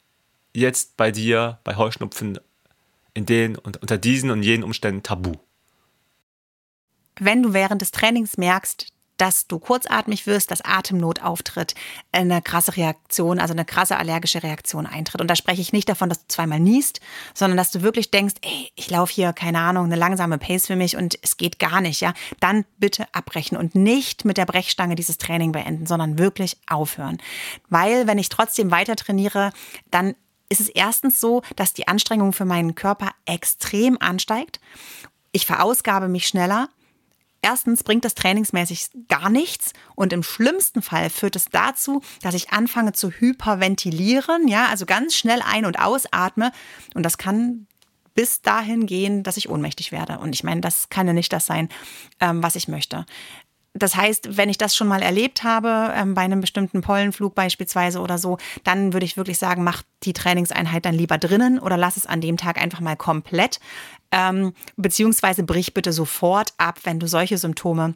jetzt bei dir, bei Heuschnupfen, in den und unter diesen und jenen Umständen tabu? Wenn du während des Trainings merkst, dass du kurzatmig wirst, dass Atemnot auftritt, eine krasse Reaktion, also eine krasse allergische Reaktion eintritt. Und da spreche ich nicht davon, dass du zweimal niest, sondern dass du wirklich denkst, ey, ich laufe hier, keine Ahnung, eine langsame Pace für mich und es geht gar nicht, ja. Dann bitte abbrechen und nicht mit der Brechstange dieses Training beenden, sondern wirklich aufhören. Weil, wenn ich trotzdem weiter trainiere, dann ist es erstens so, dass die Anstrengung für meinen Körper extrem ansteigt. Ich verausgabe mich schneller. erstens bringt das trainingsmäßig gar nichts und im schlimmsten Fall führt es dazu, dass ich anfange zu hyperventilieren, ja, also ganz schnell ein- und ausatme und das kann bis dahin gehen, dass ich ohnmächtig werde. Und ich meine, das kann ja nicht das sein, ähm, was ich möchte. Das heißt, wenn ich das schon mal erlebt habe, ähm, bei einem bestimmten Pollenflug beispielsweise oder so, dann würde ich wirklich sagen, mach die Trainingseinheit dann lieber drinnen oder lass es an dem Tag einfach mal komplett. Ähm, beziehungsweise brich bitte sofort ab, wenn du solche Symptome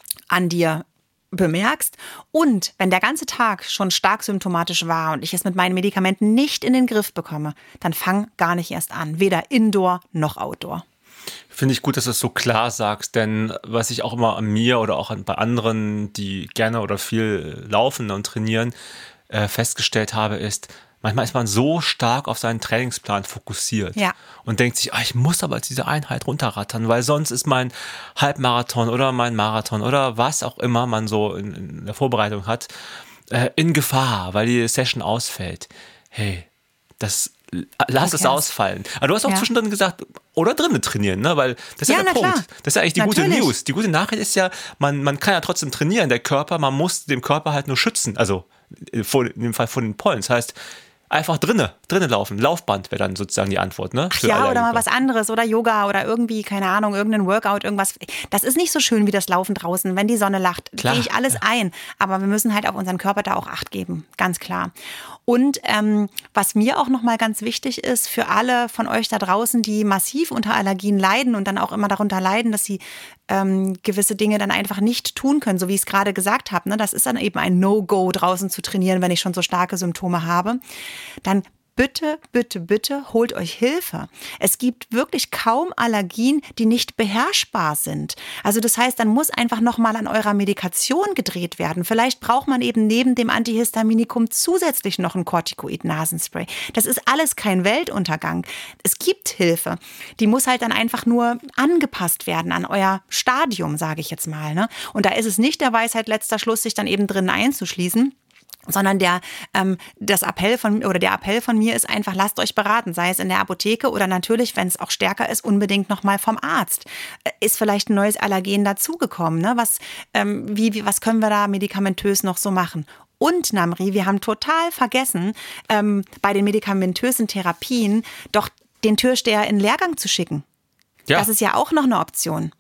an dir bemerkst. Und wenn der ganze Tag schon stark symptomatisch war und ich es mit meinen Medikamenten nicht in den Griff bekomme, dann fang gar nicht erst an, weder Indoor noch Outdoor. Finde ich gut, dass du es so klar sagst, denn was ich auch immer an mir oder auch bei anderen, die gerne oder viel laufen und trainieren, äh, festgestellt habe, ist, manchmal ist man so stark auf seinen Trainingsplan fokussiert ja. und denkt sich, ah, ich muss aber diese Einheit runterrattern, weil sonst ist mein Halbmarathon oder mein Marathon oder was auch immer man so in, in der Vorbereitung hat, äh, in Gefahr, weil die Session ausfällt. Hey, das lass okay. es ausfallen. Aber du hast auch ja. zwischendrin gesagt, oder drinnen trainieren, ne? Weil das ist ja, ja der Punkt. Klar. Das ist ja eigentlich die Natürlich. gute News. Die gute Nachricht ist ja, man, man kann ja trotzdem trainieren, der Körper, man muss den Körper halt nur schützen, also vor, in dem Fall von den Pollen. Das heißt, einfach drinnen, drinnen laufen. Laufband wäre dann sozusagen die Antwort, ne? Ach ja, oder mal was anderes oder Yoga oder irgendwie, keine Ahnung, irgendein Workout, irgendwas. Das ist nicht so schön wie das Laufen draußen, wenn die Sonne lacht. Sehe ich alles ja. ein. Aber wir müssen halt auf unseren Körper da auch Acht geben, ganz klar. Und ähm, was mir auch nochmal ganz wichtig ist, für alle von euch da draußen, die massiv unter Allergien leiden und dann auch immer darunter leiden, dass sie ähm, gewisse Dinge dann einfach nicht tun können, so wie ich es gerade gesagt habe, ne? Das ist dann eben ein No-Go, draußen zu trainieren, wenn ich schon so starke Symptome habe. Dann bitte, bitte, bitte holt euch Hilfe. Es gibt wirklich kaum Allergien, die nicht beherrschbar sind. Also das heißt, dann muss einfach nochmal an eurer Medikation gedreht werden. Vielleicht braucht man eben neben dem Antihistaminikum zusätzlich noch ein Corticoid-Nasenspray. Das ist alles kein Weltuntergang. Es gibt Hilfe. Die muss halt dann einfach nur angepasst werden an euer Stadium, sage ich jetzt mal, ne? Und da ist es nicht der Weisheit letzter Schluss, sich dann eben drinnen einzuschließen. Sondern der, ähm, das Appell von, oder der Appell von mir ist einfach, lasst euch beraten, sei es in der Apotheke oder natürlich, wenn es auch stärker ist, unbedingt nochmal vom Arzt. Ist vielleicht ein neues Allergen dazugekommen, ne? Was, ähm, wie, wie, was können wir da medikamentös noch so machen? Und Namri, wir haben total vergessen, ähm, bei den medikamentösen Therapien doch den Türsteher in Lehrgang zu schicken. Ja. Das ist ja auch noch eine Option.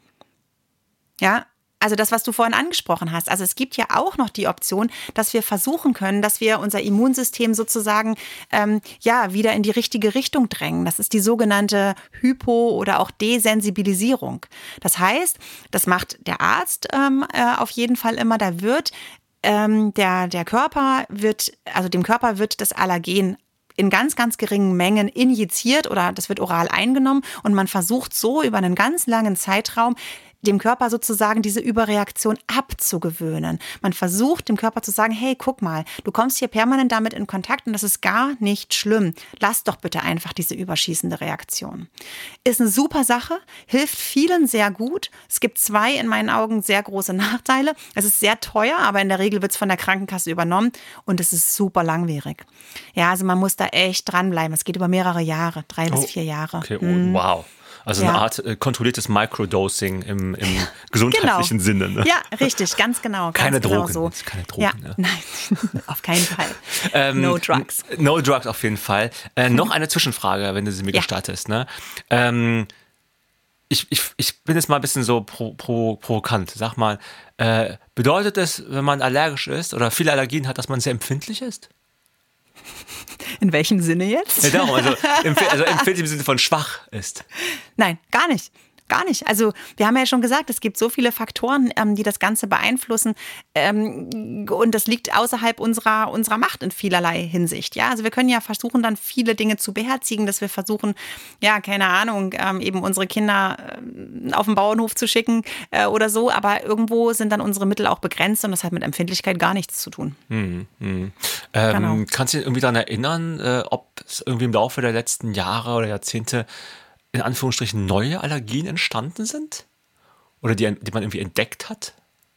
Ja, also das, was du vorhin angesprochen hast. Also es gibt ja auch noch die Option, dass wir versuchen können, dass wir unser Immunsystem sozusagen ähm, ja wieder in die richtige Richtung drängen. Das ist die sogenannte Hypo- oder auch Desensibilisierung. Das heißt, das macht der Arzt ähm, äh, auf jeden Fall immer. Da wird ähm, der, der Körper wird, also dem Körper wird das Allergen in ganz, ganz geringen Mengen injiziert oder das wird oral eingenommen und man versucht so über einen ganz langen Zeitraum dem Körper sozusagen diese Überreaktion abzugewöhnen. Man versucht dem Körper zu sagen, hey, guck mal, du kommst hier permanent damit in Kontakt und das ist gar nicht schlimm. Lass doch bitte einfach diese überschießende Reaktion. Ist eine super Sache, hilft vielen sehr gut. Es gibt zwei in meinen Augen sehr große Nachteile. Es ist sehr teuer, aber in der Regel wird es von der Krankenkasse übernommen und es ist super langwierig. Ja, also man muss da echt dranbleiben. Es geht über mehrere Jahre, drei oh, bis vier Jahre. Okay, oh, hm. wow. Also ja. eine Art äh, kontrolliertes Microdosing im, im gesundheitlichen genau. Sinne. Ne? Ja, richtig, ganz genau. Keine ganz Drogen. Genau so. Keine Drogen. Ja, ne? Nein, auf keinen Fall. ähm, no drugs. No drugs auf jeden Fall. Äh, noch eine Zwischenfrage, wenn du sie mir ja. gestattest. Ne? Ähm, ich, ich, ich bin jetzt mal ein bisschen so pro, pro, provokant. Sag mal, äh, bedeutet es, wenn man allergisch ist oder viele Allergien hat, dass man sehr empfindlich ist? In welchem Sinne jetzt? Ja, darum, also, also empfindlich im Sinne von schwach ist. Nein, gar nicht. Gar nicht. Also wir haben ja schon gesagt, es gibt so viele Faktoren, ähm, die das Ganze beeinflussen ähm, und das liegt außerhalb unserer, unserer Macht in vielerlei Hinsicht. Ja, also wir können ja versuchen, dann viele Dinge zu beherzigen, dass wir versuchen, ja, keine Ahnung, ähm, eben unsere Kinder äh, auf den Bauernhof zu schicken äh, oder so, aber irgendwo sind dann unsere Mittel auch begrenzt und das hat mit Empfindlichkeit gar nichts zu tun. Hm, hm. Ähm, genau. Kannst du dich irgendwie daran erinnern, äh, ob es irgendwie im Laufe der letzten Jahre oder Jahrzehnte in Anführungsstrichen neue Allergien entstanden sind? Oder die, die man irgendwie entdeckt hat?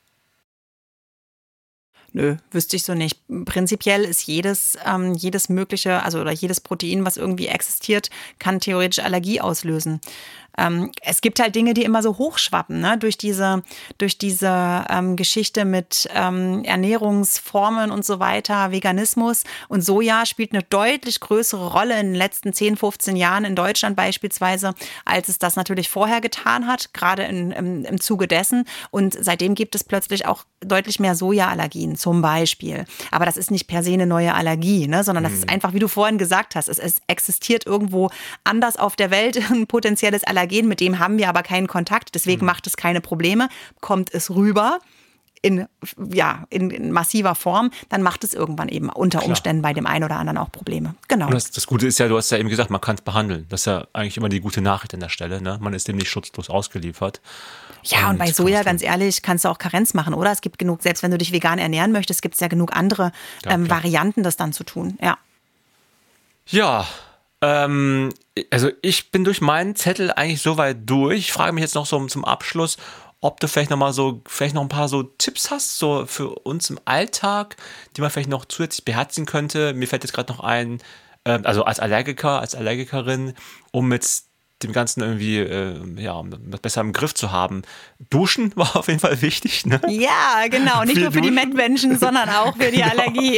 Nö, wüsste ich so nicht. Prinzipiell ist jedes, ähm, jedes mögliche, also oder jedes Protein, was irgendwie existiert, kann theoretisch Allergie auslösen. Ähm, es gibt halt Dinge, die immer so hochschwappen, ne? Durch diese, durch diese ähm, Geschichte mit ähm, Ernährungsformen und so weiter, Veganismus und Soja spielt eine deutlich größere Rolle in den letzten zehn, fünfzehn Jahren in Deutschland beispielsweise, als es das natürlich vorher getan hat, gerade in, im, im Zuge dessen. Und seitdem gibt es plötzlich auch deutlich mehr Sojaallergien zum Beispiel. Aber das ist nicht per se eine neue Allergie, ne? Sondern das ist einfach, wie du vorhin gesagt hast, es, es existiert irgendwo anders auf der Welt ein potenzielles Allergen, mit dem haben wir aber keinen Kontakt, deswegen mhm. macht es keine Probleme. Kommt es rüber in, ja, in, in massiver Form, dann macht es irgendwann eben unter Klar. Umständen bei dem einen oder anderen auch Probleme. Genau. Und das, das Gute ist ja, du hast ja eben gesagt, man kann es behandeln. Das ist ja eigentlich immer die gute Nachricht an der Stelle. Ne? Man ist dem nicht schutzlos ausgeliefert. Ja, und, und bei Soja, ganz ehrlich, kannst du auch Karenz machen, oder? Es gibt genug, selbst wenn du dich vegan ernähren möchtest, gibt es ja genug andere ja, ähm, Varianten, das dann zu tun. Ja. Ja, ähm, also ich bin durch meinen Zettel eigentlich soweit durch. Ich frage mich jetzt noch so zum Abschluss, ob du vielleicht noch mal so, vielleicht noch ein paar so Tipps hast, so für uns im Alltag, die man vielleicht noch zusätzlich beherzigen könnte. Mir fällt jetzt gerade noch ein, äh, also als Allergiker, als Allergikerin, um mit dem Ganzen irgendwie äh, ja, besser im Griff zu haben. Duschen war auf jeden Fall wichtig, ne? Ja, genau. Nicht nur für duschen. Die Mettmenschen, sondern auch für die genau. Allergie.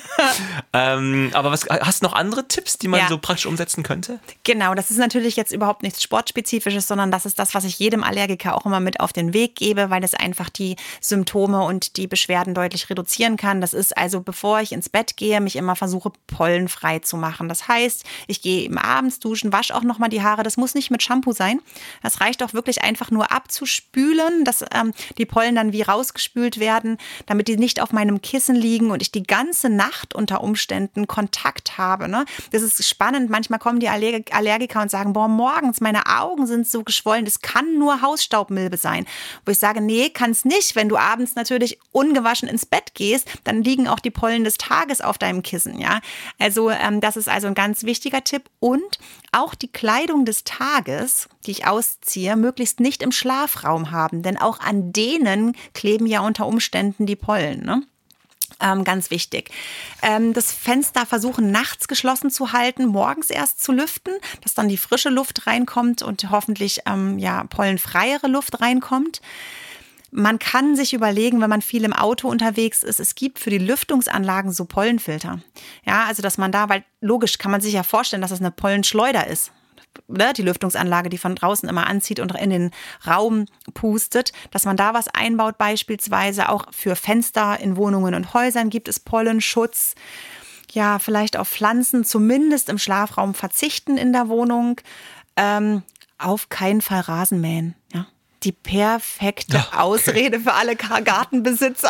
ähm, aber was, hast du noch andere Tipps, die man ja. so praktisch umsetzen könnte? Genau, das ist natürlich jetzt überhaupt nichts Sportspezifisches, sondern das ist das, was ich jedem Allergiker auch immer mit auf den Weg gebe, weil es einfach die Symptome und die Beschwerden deutlich reduzieren kann. Das ist also, bevor ich ins Bett gehe, mich immer versuche, pollenfrei zu machen. Das heißt, ich gehe eben abends duschen, wasche auch nochmal die Haare. Das muss nicht mit Shampoo sein. Das reicht auch wirklich einfach nur abzuspülen, dass ähm, die Pollen dann wie rausgespült werden, damit die nicht auf meinem Kissen liegen und ich die ganze Nacht unter Umständen Kontakt habe. Ne? Das ist spannend. Manchmal kommen die Allerg- Allergiker und sagen, boah, morgens, meine Augen sind so geschwollen, das kann nur Hausstaubmilbe sein. Wo ich sage, nee, kann es nicht. Wenn du abends natürlich ungewaschen ins Bett gehst, dann liegen auch die Pollen des Tages auf deinem Kissen. Ja? Also ähm, das ist also ein ganz wichtiger Tipp. Und auch die Kleidung des Tages, die ich ausziehe, möglichst nicht im Schlafraum haben, denn auch an denen kleben ja unter Umständen die Pollen, ne? Ähm, ganz wichtig. Ähm, das Fenster versuchen nachts geschlossen zu halten, morgens erst zu lüften, dass dann die frische Luft reinkommt und hoffentlich ähm, ja, pollenfreiere Luft reinkommt. Man kann sich überlegen, wenn man viel im Auto unterwegs ist, es gibt für die Lüftungsanlagen so Pollenfilter. Ja, also dass man da, weil logisch kann man sich ja vorstellen, dass es eine Pollenschleuder ist. Die Lüftungsanlage, die von draußen immer anzieht und in den Raum pustet, dass man da was einbaut, beispielsweise auch für Fenster in Wohnungen und Häusern gibt es Pollenschutz. Ja, vielleicht auf Pflanzen zumindest im Schlafraum verzichten in der Wohnung. Ähm, auf keinen Fall Rasen mähen, ja. Die perfekte ja, okay. Ausrede für alle Gartenbesitzer.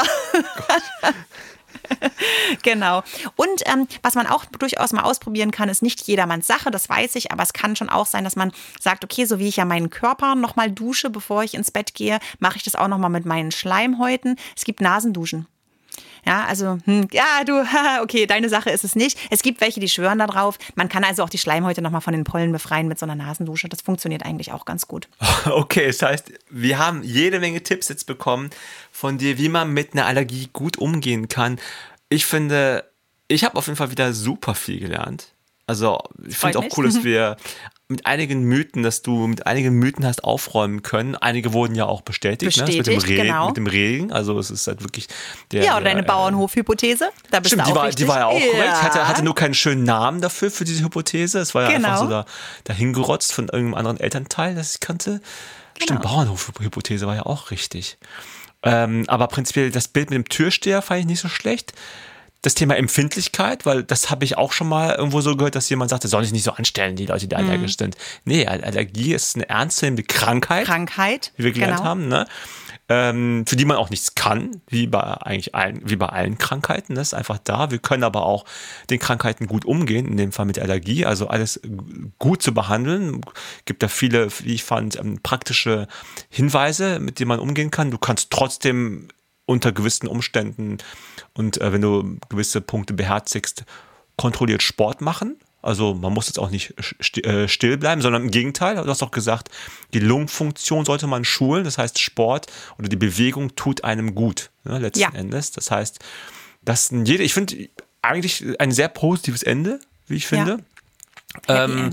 Genau. Und ähm, was man auch durchaus mal ausprobieren kann, ist nicht jedermanns Sache, das weiß ich, aber es kann schon auch sein, dass man sagt, okay, so wie ich ja meinen Körper nochmal dusche, bevor ich ins Bett gehe, mache ich das auch nochmal mit meinen Schleimhäuten. Es gibt Nasenduschen. Ja, also, hm, ja, du, okay, deine Sache ist es nicht. Es gibt welche, die schwören da drauf. Man kann also auch die Schleimhäute nochmal von den Pollen befreien mit so einer Nasendusche. Das funktioniert eigentlich auch ganz gut. Okay, das heißt, wir haben jede Menge Tipps jetzt bekommen von dir, wie man mit einer Allergie gut umgehen kann. Ich finde, ich habe auf jeden Fall wieder super viel gelernt. Also, ich finde es auch cool, dass wir mit einigen Mythen, dass du mit einigen Mythen hast aufräumen können. Einige wurden ja auch bestätigt, bestätigt ne? mit, dem Regen, genau. mit dem Regen. Also es ist halt wirklich der. Ja, oder der, deine äh, Bauernhof-Hypothese. Da bist stimmt, du auch die war, richtig. die war ja auch ja. korrekt. Hatte, hatte nur keinen schönen Namen dafür, für diese Hypothese. Es war ja genau. einfach so da, dahingerotzt von irgendeinem anderen Elternteil, das ich kannte. Genau. Stimmt, Bauernhof-Hypothese war ja auch richtig. Ähm, aber prinzipiell das Bild mit dem Türsteher fand ich nicht so schlecht. Das Thema Empfindlichkeit, weil das habe ich auch schon mal irgendwo so gehört, dass jemand sagte, soll sich nicht so anstellen, die Leute, die allergisch mm. sind. Nee, Allergie ist eine ernstzunehmende Krankheit. Krankheit. Wie wir gelernt genau. haben, ne? Ähm, für die man auch nichts kann, wie bei eigentlich allen, wie bei allen Krankheiten. Das ist einfach da. Wir können aber auch den Krankheiten gut umgehen, in dem Fall mit der Allergie, also alles gut zu behandeln. Gibt da viele, wie ich fand, praktische Hinweise, mit denen man umgehen kann. Du kannst trotzdem unter gewissen Umständen und äh, wenn du gewisse Punkte beherzigst, kontrolliert Sport machen. Also man muss jetzt auch nicht st- äh, still bleiben, sondern im Gegenteil, du hast auch gesagt, die Lungenfunktion sollte man schulen. Das heißt, Sport oder die Bewegung tut einem gut, ne, letzten ja. Endes. Das heißt, dass jede, ich finde eigentlich ein sehr positives Ende, wie ich finde. Ja. Ähm,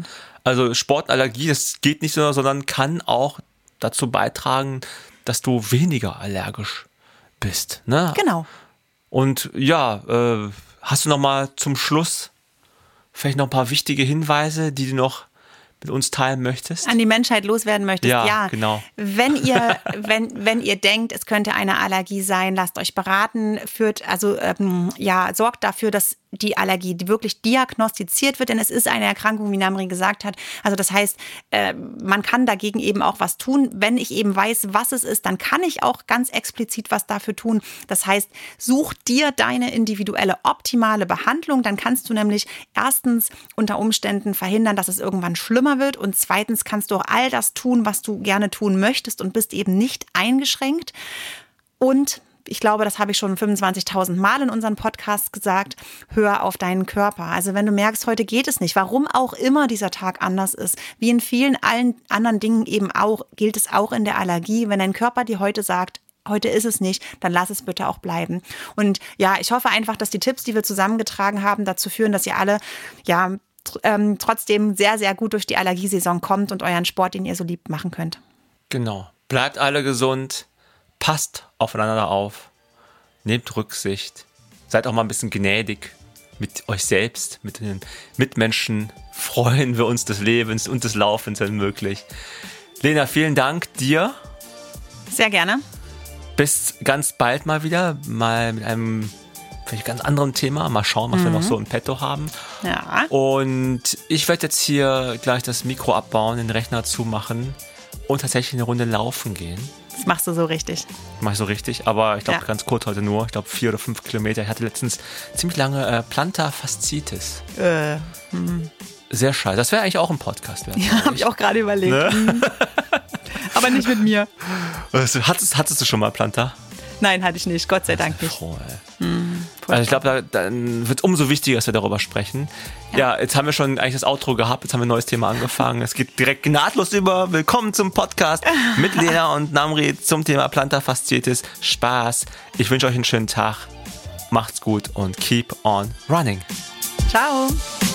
Also Sportallergie, das geht nicht so, sondern kann auch dazu beitragen, dass du weniger allergisch bist. Ne? Genau. Und ja, äh, hast du noch mal zum Schluss vielleicht noch ein paar wichtige Hinweise, die du noch mit uns teilen möchtest? An die Menschheit loswerden möchtest? Ja, ja. genau. Wenn ihr, wenn, wenn ihr denkt, es könnte eine Allergie sein, lasst euch beraten, führt, also ähm, ja, sorgt dafür, dass die Allergie die wirklich diagnostiziert wird, denn es ist eine Erkrankung, wie Namri gesagt hat. Also das heißt, äh, man kann dagegen eben auch was tun. Wenn ich eben weiß, was es ist, dann kann ich auch ganz explizit was dafür tun. Das heißt, such dir deine individuelle optimale Behandlung. Dann kannst du nämlich erstens unter Umständen verhindern, dass es irgendwann schlimmer wird, und zweitens kannst du auch all das tun, was du gerne tun möchtest und bist eben nicht eingeschränkt. Und ich glaube, das habe ich schon fünfundzwanzigtausend Mal in unserem Podcast gesagt, hör auf deinen Körper. Also wenn du merkst, heute geht es nicht, warum auch immer dieser Tag anders ist, wie in vielen allen anderen Dingen eben auch, gilt es auch in der Allergie. Wenn dein Körper dir heute sagt, heute ist es nicht, dann lass es bitte auch bleiben. Und ja, ich hoffe einfach, dass die Tipps, die wir zusammengetragen haben, dazu führen, dass ihr alle ja tr- ähm, trotzdem sehr, sehr gut durch die Allergiesaison kommt und euren Sport, den ihr so liebt, machen könnt. Genau. Bleibt alle gesund. Passt aufeinander auf, nehmt Rücksicht, seid auch mal ein bisschen gnädig mit euch selbst, mit den Mitmenschen, freuen wir uns des Lebens und des Laufens, wenn möglich. Lena, vielen Dank dir. Sehr gerne. Bis ganz bald mal wieder, mal mit einem vielleicht ganz anderen Thema, mal schauen, was mhm. wir noch so im Petto haben. Ja. Und ich werde jetzt hier gleich das Mikro abbauen, den Rechner zumachen und tatsächlich eine Runde laufen gehen. Das machst du so richtig. Mach ich so richtig, aber ich glaube Ja. ganz kurz heute nur. Ich glaube vier oder fünf Kilometer. Ich hatte letztens ziemlich lange äh, Plantar Fasciitis. Äh, hm. Sehr scheiße. Das wäre eigentlich auch ein Podcast werden. Ja, habe ich auch gerade überlegt. Ne? Mhm. Aber nicht mit mir. Hattest, hattest du schon mal Plantar? Nein, hatte ich nicht. Gott sei Dank nicht. Froh, ey. Hm, Also ich glaube, da, dann wird es umso wichtiger, dass wir darüber sprechen. Ja. ja, jetzt haben wir schon eigentlich das Outro gehabt, jetzt haben wir ein neues Thema angefangen. Es geht direkt nahtlos über. Willkommen zum Podcast mit Lena und Namri zum Thema Plantar Fasciitis. Spaß. Ich wünsche euch einen schönen Tag. Macht's gut und keep on running. Ciao.